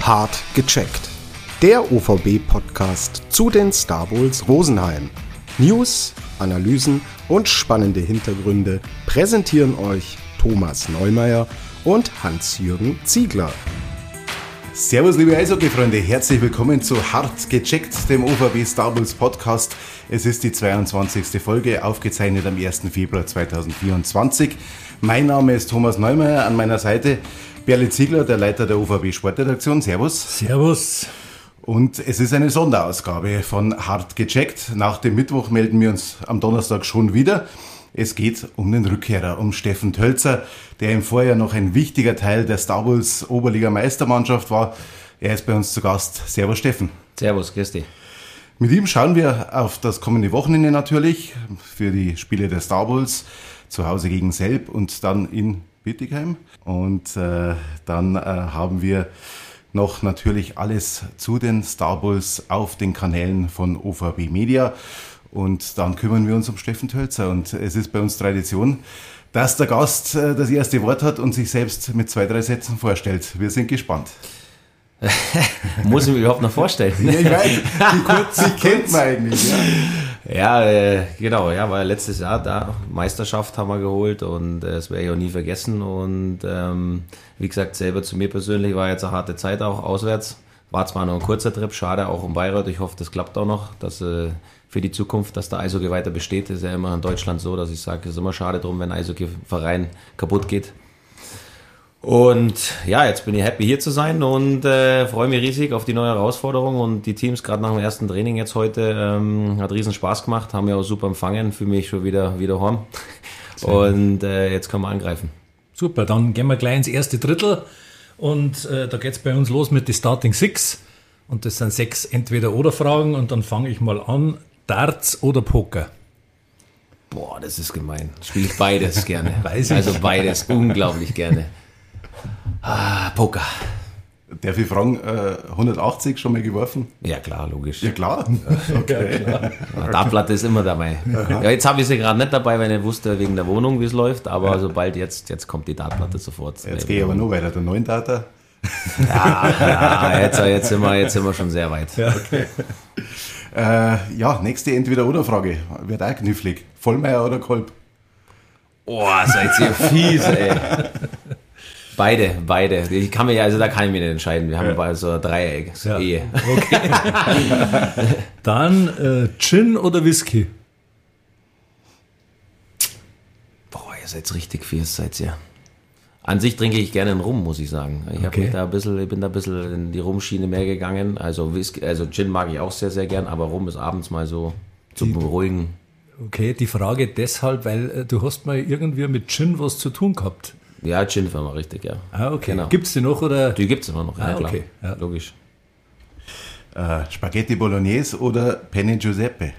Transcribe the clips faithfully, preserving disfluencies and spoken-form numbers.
Hart gecheckt. Der O V B-Podcast zu den Star Bulls Rosenheim. News, Analysen und spannende Hintergründe präsentieren euch Thomas Neumeier und Hans-Jürgen Ziegler. Servus liebe Eishockey-Freunde, herzlich willkommen zu Hart gecheckt, dem O V B Star Bulls Podcast. Es ist die zweiundzwanzigste Folge, aufgezeichnet am ersten Februar zweitausendvierundzwanzig. Mein Name ist Thomas Neumeier, an meiner Seite Berli Ziegler, der Leiter der O V B Sportredaktion. Servus. Servus. Und es ist eine Sonderausgabe von Hart gecheckt. Nach dem Mittwoch melden wir uns am Donnerstag schon wieder. Es geht um den Rückkehrer, um Steffen Tölzer, der im Vorjahr noch ein wichtiger Teil der Star Bulls Oberliga-Meistermannschaft war. Er ist bei uns zu Gast. Servus Steffen. Servus, grüß dich. Mit ihm schauen wir auf das kommende Wochenende natürlich für die Spiele der Star Bulls. Zu Hause gegen Selb und dann in Bietigheim. Und äh, dann äh, haben wir noch natürlich alles zu den Star Bulls auf den Kanälen von O V B Media. Und dann kümmern wir uns um Steffen Tölzer. Und es ist bei uns Tradition, dass der Gast äh, das erste Wort hat und sich selbst mit zwei, drei Sätzen vorstellt. Wir sind gespannt. Muss ich mir überhaupt noch vorstellen? Ja, ich weiß, die kurz, die kennt man eigentlich. Ja, ja äh, genau, ja, war letztes Jahr da, Meisterschaft haben wir geholt und äh, das werde ich auch nie vergessen. Und ähm, wie gesagt, selber zu mir persönlich war jetzt eine harte Zeit auch auswärts. War zwar noch ein kurzer Trip, schade, auch um Bayreuth. Ich hoffe, das klappt auch noch, dass äh, für die Zukunft, dass der Eishockey weiter besteht. Das ist ja immer in Deutschland so, dass ich sage, es ist immer schade drum, wenn ein Eishockey-Verein kaputt geht. Und ja, jetzt bin ich happy hier zu sein und äh, freue mich riesig auf die neue Herausforderung. Und die Teams, gerade nach dem ersten Training jetzt heute, ähm, hat riesen Spaß gemacht, haben mich auch super empfangen, fühle mich schon wieder, wieder heim. Und äh, jetzt können wir angreifen. Super, dann gehen wir gleich ins erste Drittel und äh, da geht's bei uns los mit den Starting Six. Und das sind sechs Entweder-Oder-Fragen und dann fange ich mal an. Darts oder Poker? Boah, das ist gemein. Spiele ich beides gerne. Weiß ich. Also beides unglaublich gerne. Ah, Poker. Darf ich fragen, äh, hundertachtzig schon mal geworfen? Ja klar, logisch. Ja klar. Okay. Ja, klar. Ja, Dartplatte ist immer dabei. Ja, jetzt habe ich sie gerade nicht dabei, weil ich wusste wegen der Wohnung, wie es läuft. Aber ja. sobald jetzt, jetzt kommt die Dartplatte sofort. Jetzt gehe ich aber nur weiter, der neuen Data. Ja, ja jetzt, jetzt, sind wir, jetzt sind wir schon sehr weit. Ja, okay. äh, ja, nächste Entweder-Oder-Frage. Wird auch knifflig. Vollmeier oder Kolb? Oh, seid ihr fies, ey. Beide, beide. Ich kann mir, also da kann ich mich nicht entscheiden. Wir haben ja. so ein Dreieck, so ja. Ehe. Okay. Dann äh, Gin oder Whisky? Boah, ihr seid richtig fies, seid ihr. An sich trinke ich gerne einen Rum, muss ich sagen. Ich, okay. mich da ein bisschen, ich bin da ein bisschen in die Rumschiene mehr gegangen. Also Whisky, also Gin mag ich auch sehr, sehr gern, aber Rum ist abends mal so zum Beruhigen. Okay, die Frage deshalb, weil äh, du hast mal irgendwie mit Gin was zu tun gehabt. Ja, Gin-Firma, richtig, ja. Ah, okay. Genau. Gibt's die noch, oder? Die gibt's immer noch, ah, ja, klar. Okay. Ja. Logisch. Äh, Spaghetti Bolognese oder Penne Giuseppe?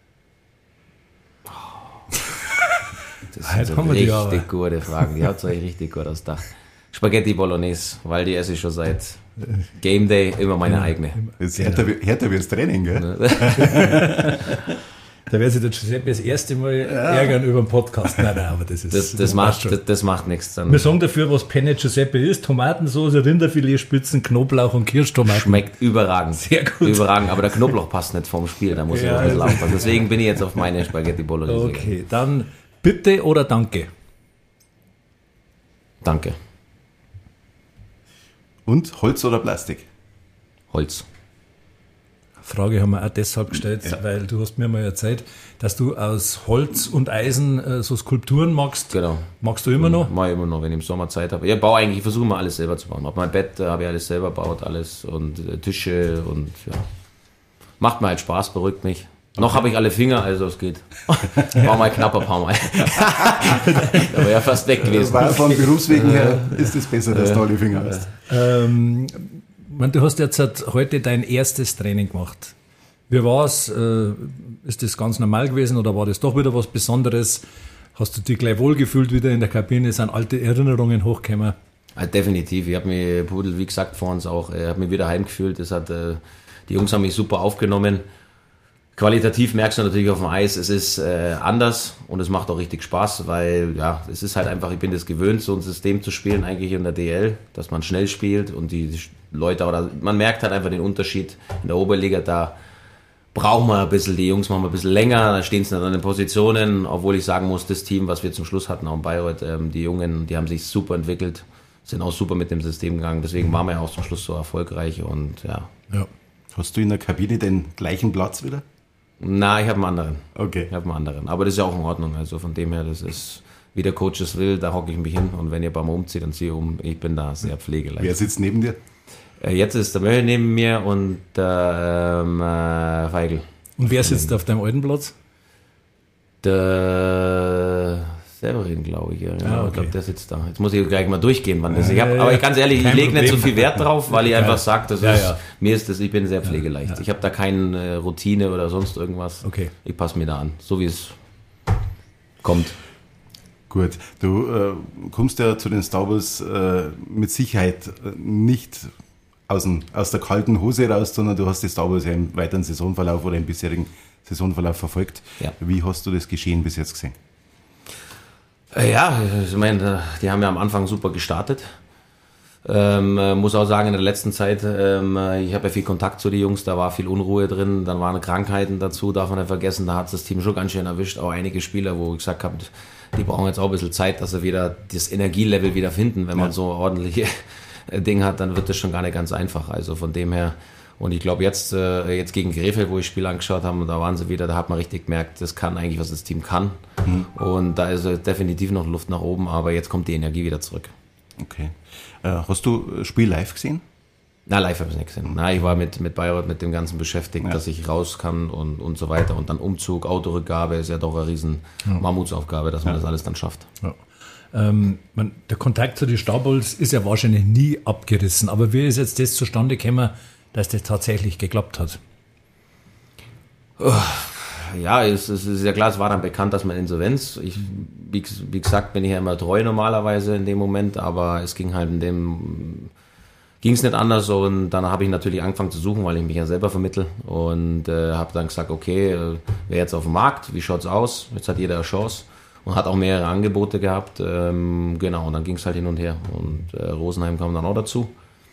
Das sind so richtig gute Fragen. Die haut euch richtig gut aus Dach. Spaghetti Bolognese, weil die esse ich schon seit Game Day immer meine ja, eigene. Das ist härter, härter wie das Training, gell? Da wäre sich der Giuseppe das erste Mal ja. ärgern über den Podcast. Nein, nein, aber das ist... Das, das, das, macht, das, das macht nichts. Dann wir sagen dafür, was Penne Giuseppe ist. Tomatensauce, Rinderfilet, Spitzen, Knoblauch und Kirschtomaten. Schmeckt überragend. Sehr gut. Überragend, aber der Knoblauch passt nicht vorm Spiel. Da muss ja, ich noch ein bisschen aufpassen. Deswegen bin ich jetzt auf meine Spaghetti Bolognese. Okay, dann bitte oder danke? Danke. Und Holz oder Plastik? Holz. Frage haben wir auch deshalb gestellt, ja. weil du hast mir mal erzählt, dass du aus Holz und Eisen äh, so Skulpturen magst. Genau. Magst du immer noch? Mach ich immer noch, wenn ich im Sommer Zeit habe. Ich baue eigentlich, ich versuche mal alles selber zu bauen. Auf mein Bett äh, habe ich alles selber gebaut, alles und äh, Tische und ja. Macht mir halt Spaß, beruhigt mich. Okay. Noch habe ich alle Finger, also es geht. War mal knapp ein paar Mal. Da war ja fast weg gewesen. War von Berufswegen her ist es besser, dass du alle Finger hast. Ähm, du hast jetzt heute dein erstes Training gemacht. Wie war es? Ist das ganz normal gewesen oder war das doch wieder was Besonderes? Hast du dich gleich wohlgefühlt wieder in der Kabine? Sind alte Erinnerungen hochgekommen? Ja, definitiv. Ich habe mich, Pudel, wie gesagt, vor uns auch, ich habe mich wieder heimgefühlt. Das hat, die Jungs haben mich super aufgenommen. qualitativ merkst du natürlich auf dem Eis, es ist äh, anders und es macht auch richtig Spaß, weil ja, es ist halt einfach, ich bin das gewöhnt, so ein System zu spielen, eigentlich in der D L, dass man schnell spielt und die, die Leute, oder man merkt halt einfach den Unterschied in der Oberliga, da brauchen wir ein bisschen, die Jungs machen wir ein bisschen länger, da stehen sie dann an den Positionen, obwohl ich sagen muss, das Team, was wir zum Schluss hatten, auch in Bayreuth, ähm, die Jungen, die haben sich super entwickelt, sind auch super mit dem System gegangen, deswegen waren wir ja auch zum Schluss so erfolgreich und ja. ja. Hast du in der Kabine den gleichen Platz wieder? Na, ich habe einen anderen. Okay. Ich habe einen anderen. Aber das ist ja auch in Ordnung. Also von dem her, das ist, wie der Coach es will, da hocke ich mich hin. Und wenn ihr bei mir umzieht, dann ziehe ich um. Ich bin da sehr pflegeleicht. Wer sitzt neben dir? Äh, jetzt ist der Möhe neben mir und der ähm, äh, Feigl. Und wer sitzt auf deinem alten Platz? Der Severin, glaube ich. Ja, ja ah, okay. Ich glaube, der sitzt da. Jetzt muss ich gleich mal durchgehen, wann das ist. Ich hab, aber ich ganz ehrlich, ich lege nicht so viel Wert drauf, weil ich ja. einfach sage, das ja, ist, ja. mir ist das, ich bin sehr pflegeleicht. Ja, ja. Ich habe da keine äh, Routine oder sonst irgendwas. Okay. Ich passe mir da an, so wie es kommt. Gut, du äh, kommst ja zu den Starbulls äh, mit Sicherheit nicht aus, dem, aus der kalten Hose raus, sondern du hast die Starbulls ja im weiteren Saisonverlauf oder im bisherigen Saisonverlauf verfolgt. Ja. Wie hast du das Geschehen bis jetzt gesehen? Ja, ich meine, die haben ja am Anfang super gestartet. Ähm, muss auch sagen, in der letzten Zeit, ähm, ich habe ja viel Kontakt zu den Jungs, da war viel Unruhe drin, dann waren Krankheiten dazu, darf man nicht vergessen, da hat das Team schon ganz schön erwischt, auch einige Spieler, wo ich gesagt habe, die brauchen jetzt auch ein bisschen Zeit, dass sie wieder das Energielevel wieder finden, wenn man ja. so ordentliche Dinge hat, dann wird das schon gar nicht ganz einfach, also von dem her. Und ich glaube, jetzt, äh, jetzt gegen Krefeld, wo ich das Spiel angeschaut habe, da waren sie wieder, da hat man richtig gemerkt, das kann eigentlich, was das Team kann. Mhm. Und da ist definitiv noch Luft nach oben, aber jetzt kommt die Energie wieder zurück. Okay. Äh, hast du das Spiel live gesehen? Na, live habe ich nicht gesehen. Na, ich war mit, mit Bayreuth, mit dem Ganzen beschäftigt, ja. dass ich raus kann und, und so weiter. Und dann Umzug, Autorückgabe ist ja doch eine riesen ja. Mammutsaufgabe, dass man ja. das alles dann schafft. Ja. Ähm, man, der Kontakt zu den Starbulls ist ja wahrscheinlich nie abgerissen, aber wie ist jetzt das zustande gekommen, dass das tatsächlich geklappt hat? Ja, es, es ist ja klar, es war dann bekannt, dass man Insolvenz, ich, wie, wie gesagt, bin ich ja immer treu normalerweise in dem Moment, aber es ging halt in dem, ging es nicht anders und dann habe ich natürlich angefangen zu suchen, weil ich mich ja selber vermittle und äh, habe dann gesagt, okay, äh, wer jetzt auf dem Markt, wie schaut's aus? Jetzt hat jeder eine Chance und hat auch mehrere Angebote gehabt, ähm, genau, und dann ging es halt hin und her und äh, Rosenheim kam dann auch dazu.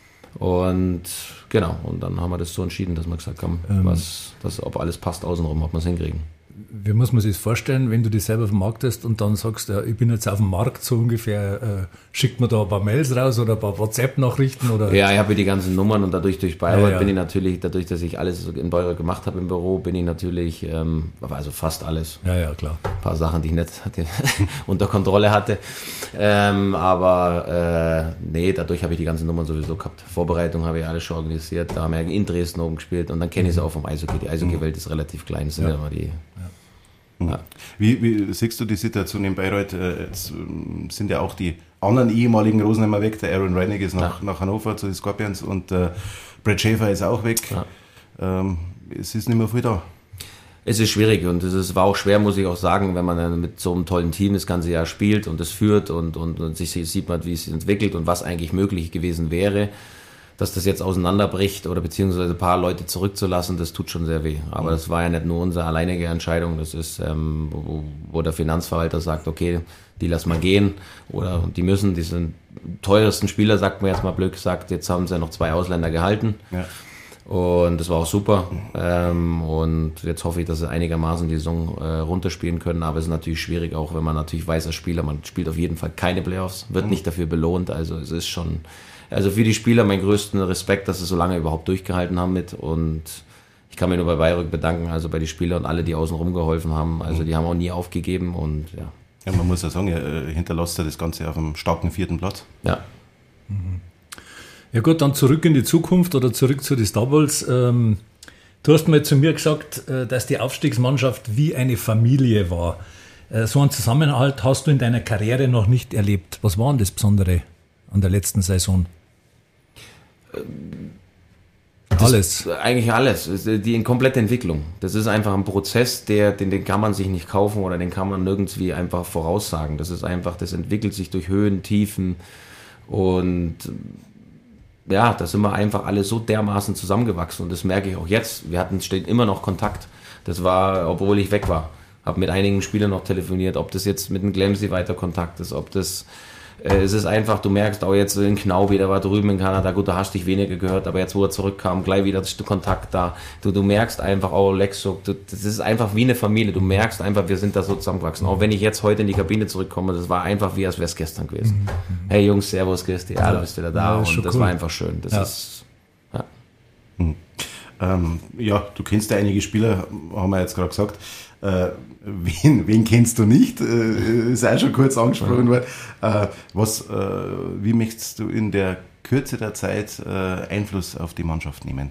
Und genau, und dann haben wir das so entschieden, dass wir gesagt haben, ähm, was, dass, ob alles passt außenrum, ob wir es hinkriegen. Wie muss man sich das vorstellen, wenn du dich selber vermarktest und dann sagst, ja, ich bin jetzt auf dem Markt so ungefähr, äh, schickt man da ein paar Mails raus oder ein paar WhatsApp-Nachrichten? Oder? Ja, ich habe die ganzen Nummern und dadurch durch Bayreuth ja, ja. bin ich natürlich, dadurch, dass ich alles in Bayreuth gemacht habe im Büro, bin ich natürlich, ähm, also fast alles. Ja, ja, klar. Ein paar Sachen, die ich nicht hatte, unter Kontrolle hatte. Ähm, aber äh, nee, dadurch habe ich die ganzen Nummern sowieso gehabt. Vorbereitung habe ich alles schon organisiert, da haben wir in Dresden oben gespielt und dann kenne ich es auch vom Eishockey. Die Eishockey-Welt ist relativ klein, das sind ja, ja immer die... Ja. Ja. Wie, wie siehst du die Situation in Bayreuth? Jetzt sind ja auch die anderen ehemaligen Rosenheimer weg. Der Aaron Reinig ist nach, ja. nach Hannover zu den Scorpions und äh, Brad Schäfer ist auch weg. Ja. Ähm, es ist nicht mehr viel da. Es ist schwierig und es ist, war auch schwer, muss ich auch sagen, wenn man mit so einem tollen Team das ganze Jahr spielt und es führt und, und, und sich sieht man, wie es sich entwickelt und was eigentlich möglich gewesen wäre. Dass das jetzt auseinanderbricht oder beziehungsweise ein paar Leute zurückzulassen, das tut schon sehr weh. Aber das war ja nicht nur unsere alleinige Entscheidung, das ist, ähm, wo, wo der Finanzverwalter sagt, okay, die lassen wir gehen oder die müssen, die sind teuersten Spieler, sagt man jetzt mal blöd gesagt, jetzt haben sie ja noch zwei Ausländer gehalten. Ja. Und das war auch super. Ähm, und jetzt hoffe ich, dass sie einigermaßen die Saison äh, runterspielen können. Aber es ist natürlich schwierig, auch wenn man natürlich weiß als Spieler, man spielt auf jeden Fall keine Playoffs, wird nicht dafür belohnt. Also es ist schon... Also für die Spieler mein größten Respekt, dass sie so lange überhaupt durchgehalten haben mit und ich kann mich nur bei Bayreuth bedanken, also bei den Spielern und alle, die außen rum geholfen haben, also die haben auch nie aufgegeben und ja. Ja, man muss ja sagen, er hinterlässt ja das Ganze auf einem starken vierten Platz. Ja. Ja gut, dann zurück in die Zukunft oder zurück zu den Starbulls. Ähm, du hast mal zu mir gesagt, dass die Aufstiegsmannschaft wie eine Familie war. So einen Zusammenhalt hast du in deiner Karriere noch nicht erlebt. Was war denn das Besondere an der letzten Saison? Das alles. Eigentlich alles. Die komplette Entwicklung. Das ist einfach ein Prozess, der, den, den kann man sich nicht kaufen oder den kann man nirgendwie einfach voraussagen. Das ist einfach, das entwickelt sich durch Höhen, Tiefen und ja, da sind wir einfach alle so dermaßen zusammengewachsen und das merke ich auch jetzt. Wir hatten, stehen immer noch Kontakt Das war, obwohl ich weg war. Habe mit einigen Spielern noch telefoniert, ob das jetzt mit dem Glemsi weiter Kontakt ist, ob das, äh, es ist einfach, du merkst auch jetzt in Knaubi, der war drüben in Kanada, gut, da hast du dich weniger gehört, aber jetzt, wo er zurückkam, gleich wieder ist der Kontakt da. Du, du merkst einfach auch, Lexo, du, das ist einfach wie eine Familie, du merkst einfach, wir sind da so zusammengewachsen. Auch wenn ich jetzt heute in die Kabine zurückkomme, das war einfach wie, als wäre es gestern gewesen. Mhm. Hey Jungs, servus, Christi, ja, du bist wieder da, ja, und das cool. war einfach schön. Das ja. ist, ja. Mhm. Ähm, ja, du kennst ja einige Spieler, haben wir jetzt gerade gesagt. Äh, wen, wen kennst du nicht? Äh, ist auch schon kurz angesprochen worden. Äh, was, äh, wie möchtest du in der Kürze der Zeit äh, Einfluss auf die Mannschaft nehmen?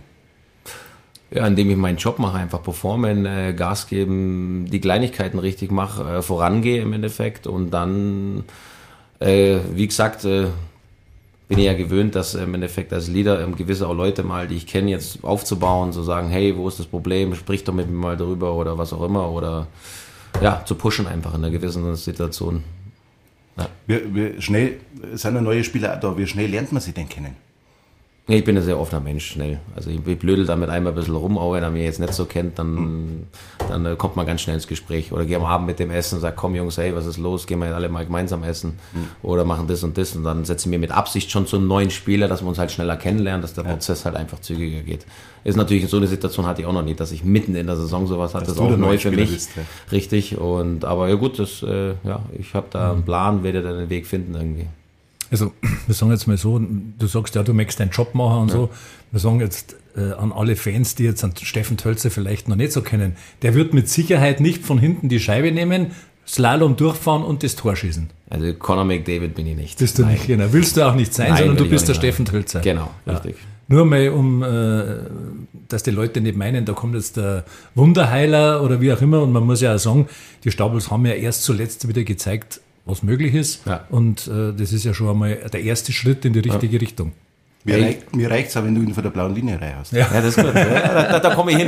Ja, indem ich meinen Job mache, einfach performen, äh, Gas geben, die Kleinigkeiten richtig mache, äh, vorangehe im Endeffekt und dann, äh, wie gesagt, äh, bin ich ja gewöhnt, dass im Endeffekt als Leader ähm, gewisse auch Leute mal, die ich kenne, jetzt aufzubauen, zu sagen, hey, wo ist das Problem, sprich doch mit mir mal drüber oder was auch immer oder ja, zu pushen einfach in einer gewissen Situation. Ja. Wie, wie schnell sind ja neue Spieler auch da, wie schnell lernt man sie denn kennen? Ich bin ein sehr offener Mensch, schnell. Also ich blödel damit einmal ein bisschen rum, auch wenn er mich jetzt nicht so kennt, dann, mhm. dann äh, kommt man ganz schnell ins Gespräch. Oder geh am Abend mit dem Essen und sag, komm Jungs, hey, was ist los, gehen wir alle mal gemeinsam essen. Mhm. Oder machen das und das. Und dann setzen wir mit Absicht schon zu einem neuen Spieler, dass wir uns halt schneller kennenlernen, dass der ja. Prozess halt einfach zügiger geht. Ist natürlich, so eine Situation hatte ich auch noch nicht, dass ich mitten in der Saison sowas hatte. Das ist auch neu für mich. Bist, ja. Richtig. Und, aber ja gut, das, äh, ja, ich habe da einen Plan, werde dann den Weg finden irgendwie. Also, wir sagen jetzt mal so, du sagst ja, du möchtest deinen Job machen und ja. so. Wir sagen jetzt äh, an alle Fans, die jetzt an Steffen Tölzer vielleicht noch nicht so kennen, der wird mit Sicherheit nicht von hinten die Scheibe nehmen, Slalom durchfahren und das Tor schießen. Also Conor McDavid bin ich nicht. Bist du Nein. nicht, genau. Willst du auch nicht sein, Nein, sondern du bist der Steffen Tölzer. Genau, richtig. Ja. Nur mal, um, äh, dass die Leute nicht meinen, da kommt jetzt der Wunderheiler oder wie auch immer. Und man muss ja auch sagen, die Staubels haben ja erst zuletzt wieder gezeigt, was möglich ist. Ja. Und äh, das ist ja schon einmal der erste Schritt in die richtige ja. Richtung. Mir, hey. reich, mir reicht es auch, wenn du ihn von der blauen Linie rein hast. Ja, ja das ist gut. Ja, da, da komme ich hin.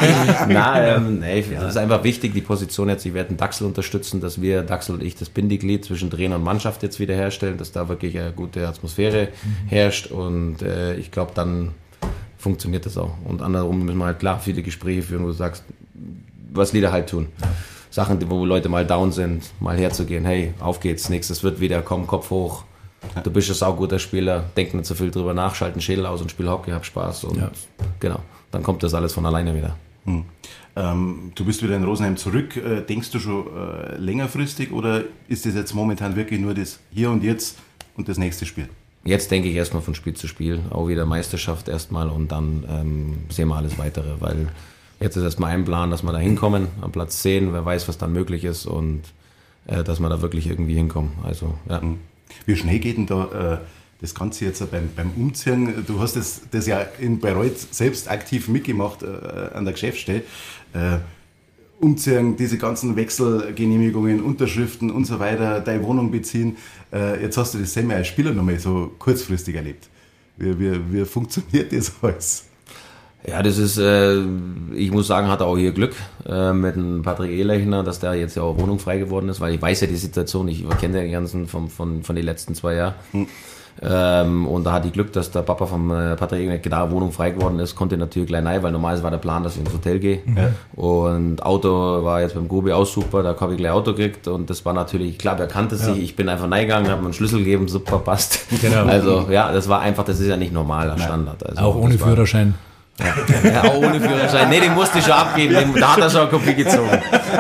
Nein, ähm, nee, ja. das ist einfach wichtig, die Position jetzt. Ich werde den Daxel unterstützen, dass wir, Daxel und ich, das Bindeglied zwischen Trainer und Mannschaft jetzt wieder herstellen, dass da wirklich eine gute Atmosphäre mhm. herrscht. Und äh, ich glaube, dann funktioniert das auch. Und andersrum müssen wir halt klar viele Gespräche führen, wo du sagst, was Leader halt tun. Ja. Sachen, wo Leute mal down sind, mal herzugehen, hey, auf geht's, nächstes wird wieder, komm, Kopf hoch. Du bist ein sauguter Spieler, denk nicht so viel drüber nach, schalt den Schädel aus und spiel Hockey, hab Spaß. Und ja. genau, dann kommt das alles von alleine wieder. Hm. Ähm, du bist wieder in Rosenheim zurück. Äh, denkst du schon äh, längerfristig oder ist das jetzt momentan wirklich nur das Hier und Jetzt und das nächste Spiel? Jetzt denke ich erstmal von Spiel zu Spiel, auch wieder Meisterschaft erstmal und dann ähm, sehen wir alles Weitere, weil jetzt ist erstmal ein Plan, dass wir da hinkommen, am Platz zehn, wer weiß, was dann möglich ist und äh, dass wir da wirklich irgendwie hinkommen. Also, ja. Wie schnell geht denn da äh, das Ganze jetzt beim, beim Umziehen? Du hast das, das ja in Bayreuth selbst aktiv mitgemacht äh, an der Geschäftsstelle. Äh, Umziehen, diese ganzen Wechselgenehmigungen, Unterschriften und so weiter, deine Wohnung beziehen. Äh, jetzt hast du das selber als Spieler nochmal so kurzfristig erlebt. Wie, wie, wie funktioniert das alles? Ja, das ist, äh, ich muss sagen, hat er auch hier Glück äh, mit dem Patrick Ehlechner, dass der jetzt ja auch Wohnung frei geworden ist, weil ich weiß ja die Situation, ich kenne den ganzen von, von, von den letzten zwei Jahren. Hm. Ähm, und da hatte ich Glück, dass der Papa von äh, Patrick Ehlechner genau Wohnung frei geworden ist, konnte natürlich gleich rein, weil normalerweise war der Plan, dass ich ins Hotel gehe. Ja. Und Auto war jetzt beim Gobi auch super, da habe ich gleich Auto gekriegt und das war natürlich, klar, er kannte sich, ja. ich bin einfach reingegangen, habe mir einen Schlüssel gegeben, super, passt. Genau. Also ja, das war einfach, das ist ja nicht normaler Standard. Also, auch ohne Führerschein. Ja. ja, auch ohne Führerschein. Nee, den musste ich schon abgeben, da hat er schon eine Kopie gezogen.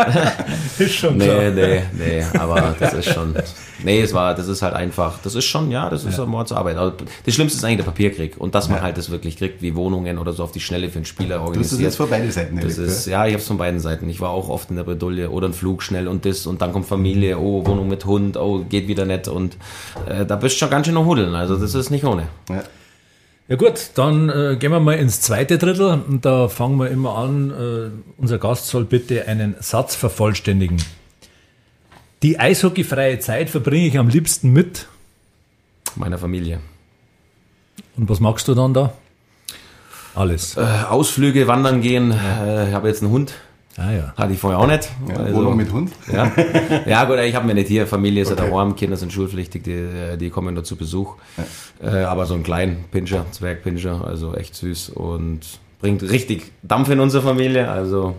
Ist schon nee, klar. Nee, nee, aber das ist schon, nee, es war, das ist halt einfach, das ist schon, ja, das ist ja. eine Mordsarbeit. Aber das Schlimmste ist eigentlich der Papierkrieg und dass man ja. halt das wirklich kriegt, wie Wohnungen oder so auf die Schnelle für einen Spieler organisiert. Das ist jetzt von beiden Seiten. Das erlebt, ist, ja, ich habe es von beiden Seiten. Ich war auch oft in der Bredouille oder ein Flug schnell und das und dann kommt Familie, oh, Wohnung mit Hund, oh, geht wieder nicht und äh, da bist du schon ganz schön noch hudeln, also das ist nicht ohne. Ja. Ja gut, dann äh, gehen wir mal ins zweite Drittel und da fangen wir immer an. Äh, unser Gast soll bitte einen Satz vervollständigen. Die eishockeyfreie Zeit verbringe ich am liebsten mit meiner Familie. Und was magst du dann da? Alles. Äh, Ausflüge, wandern gehen. Äh, ich habe jetzt einen Hund. Ah, ja. Hatte ich vorher auch nicht. Ja, also, Wohnung mit Hund? Ja, ja gut, ich habe mir nicht hier. Familie ist ja okay. daheim, Kinder sind schulpflichtig, die, die kommen nur zu Besuch. Ja. Äh, aber so einen kleinen Pinscher, Zwergpinscher, also echt süß und bringt richtig Dampf in unsere Familie. Also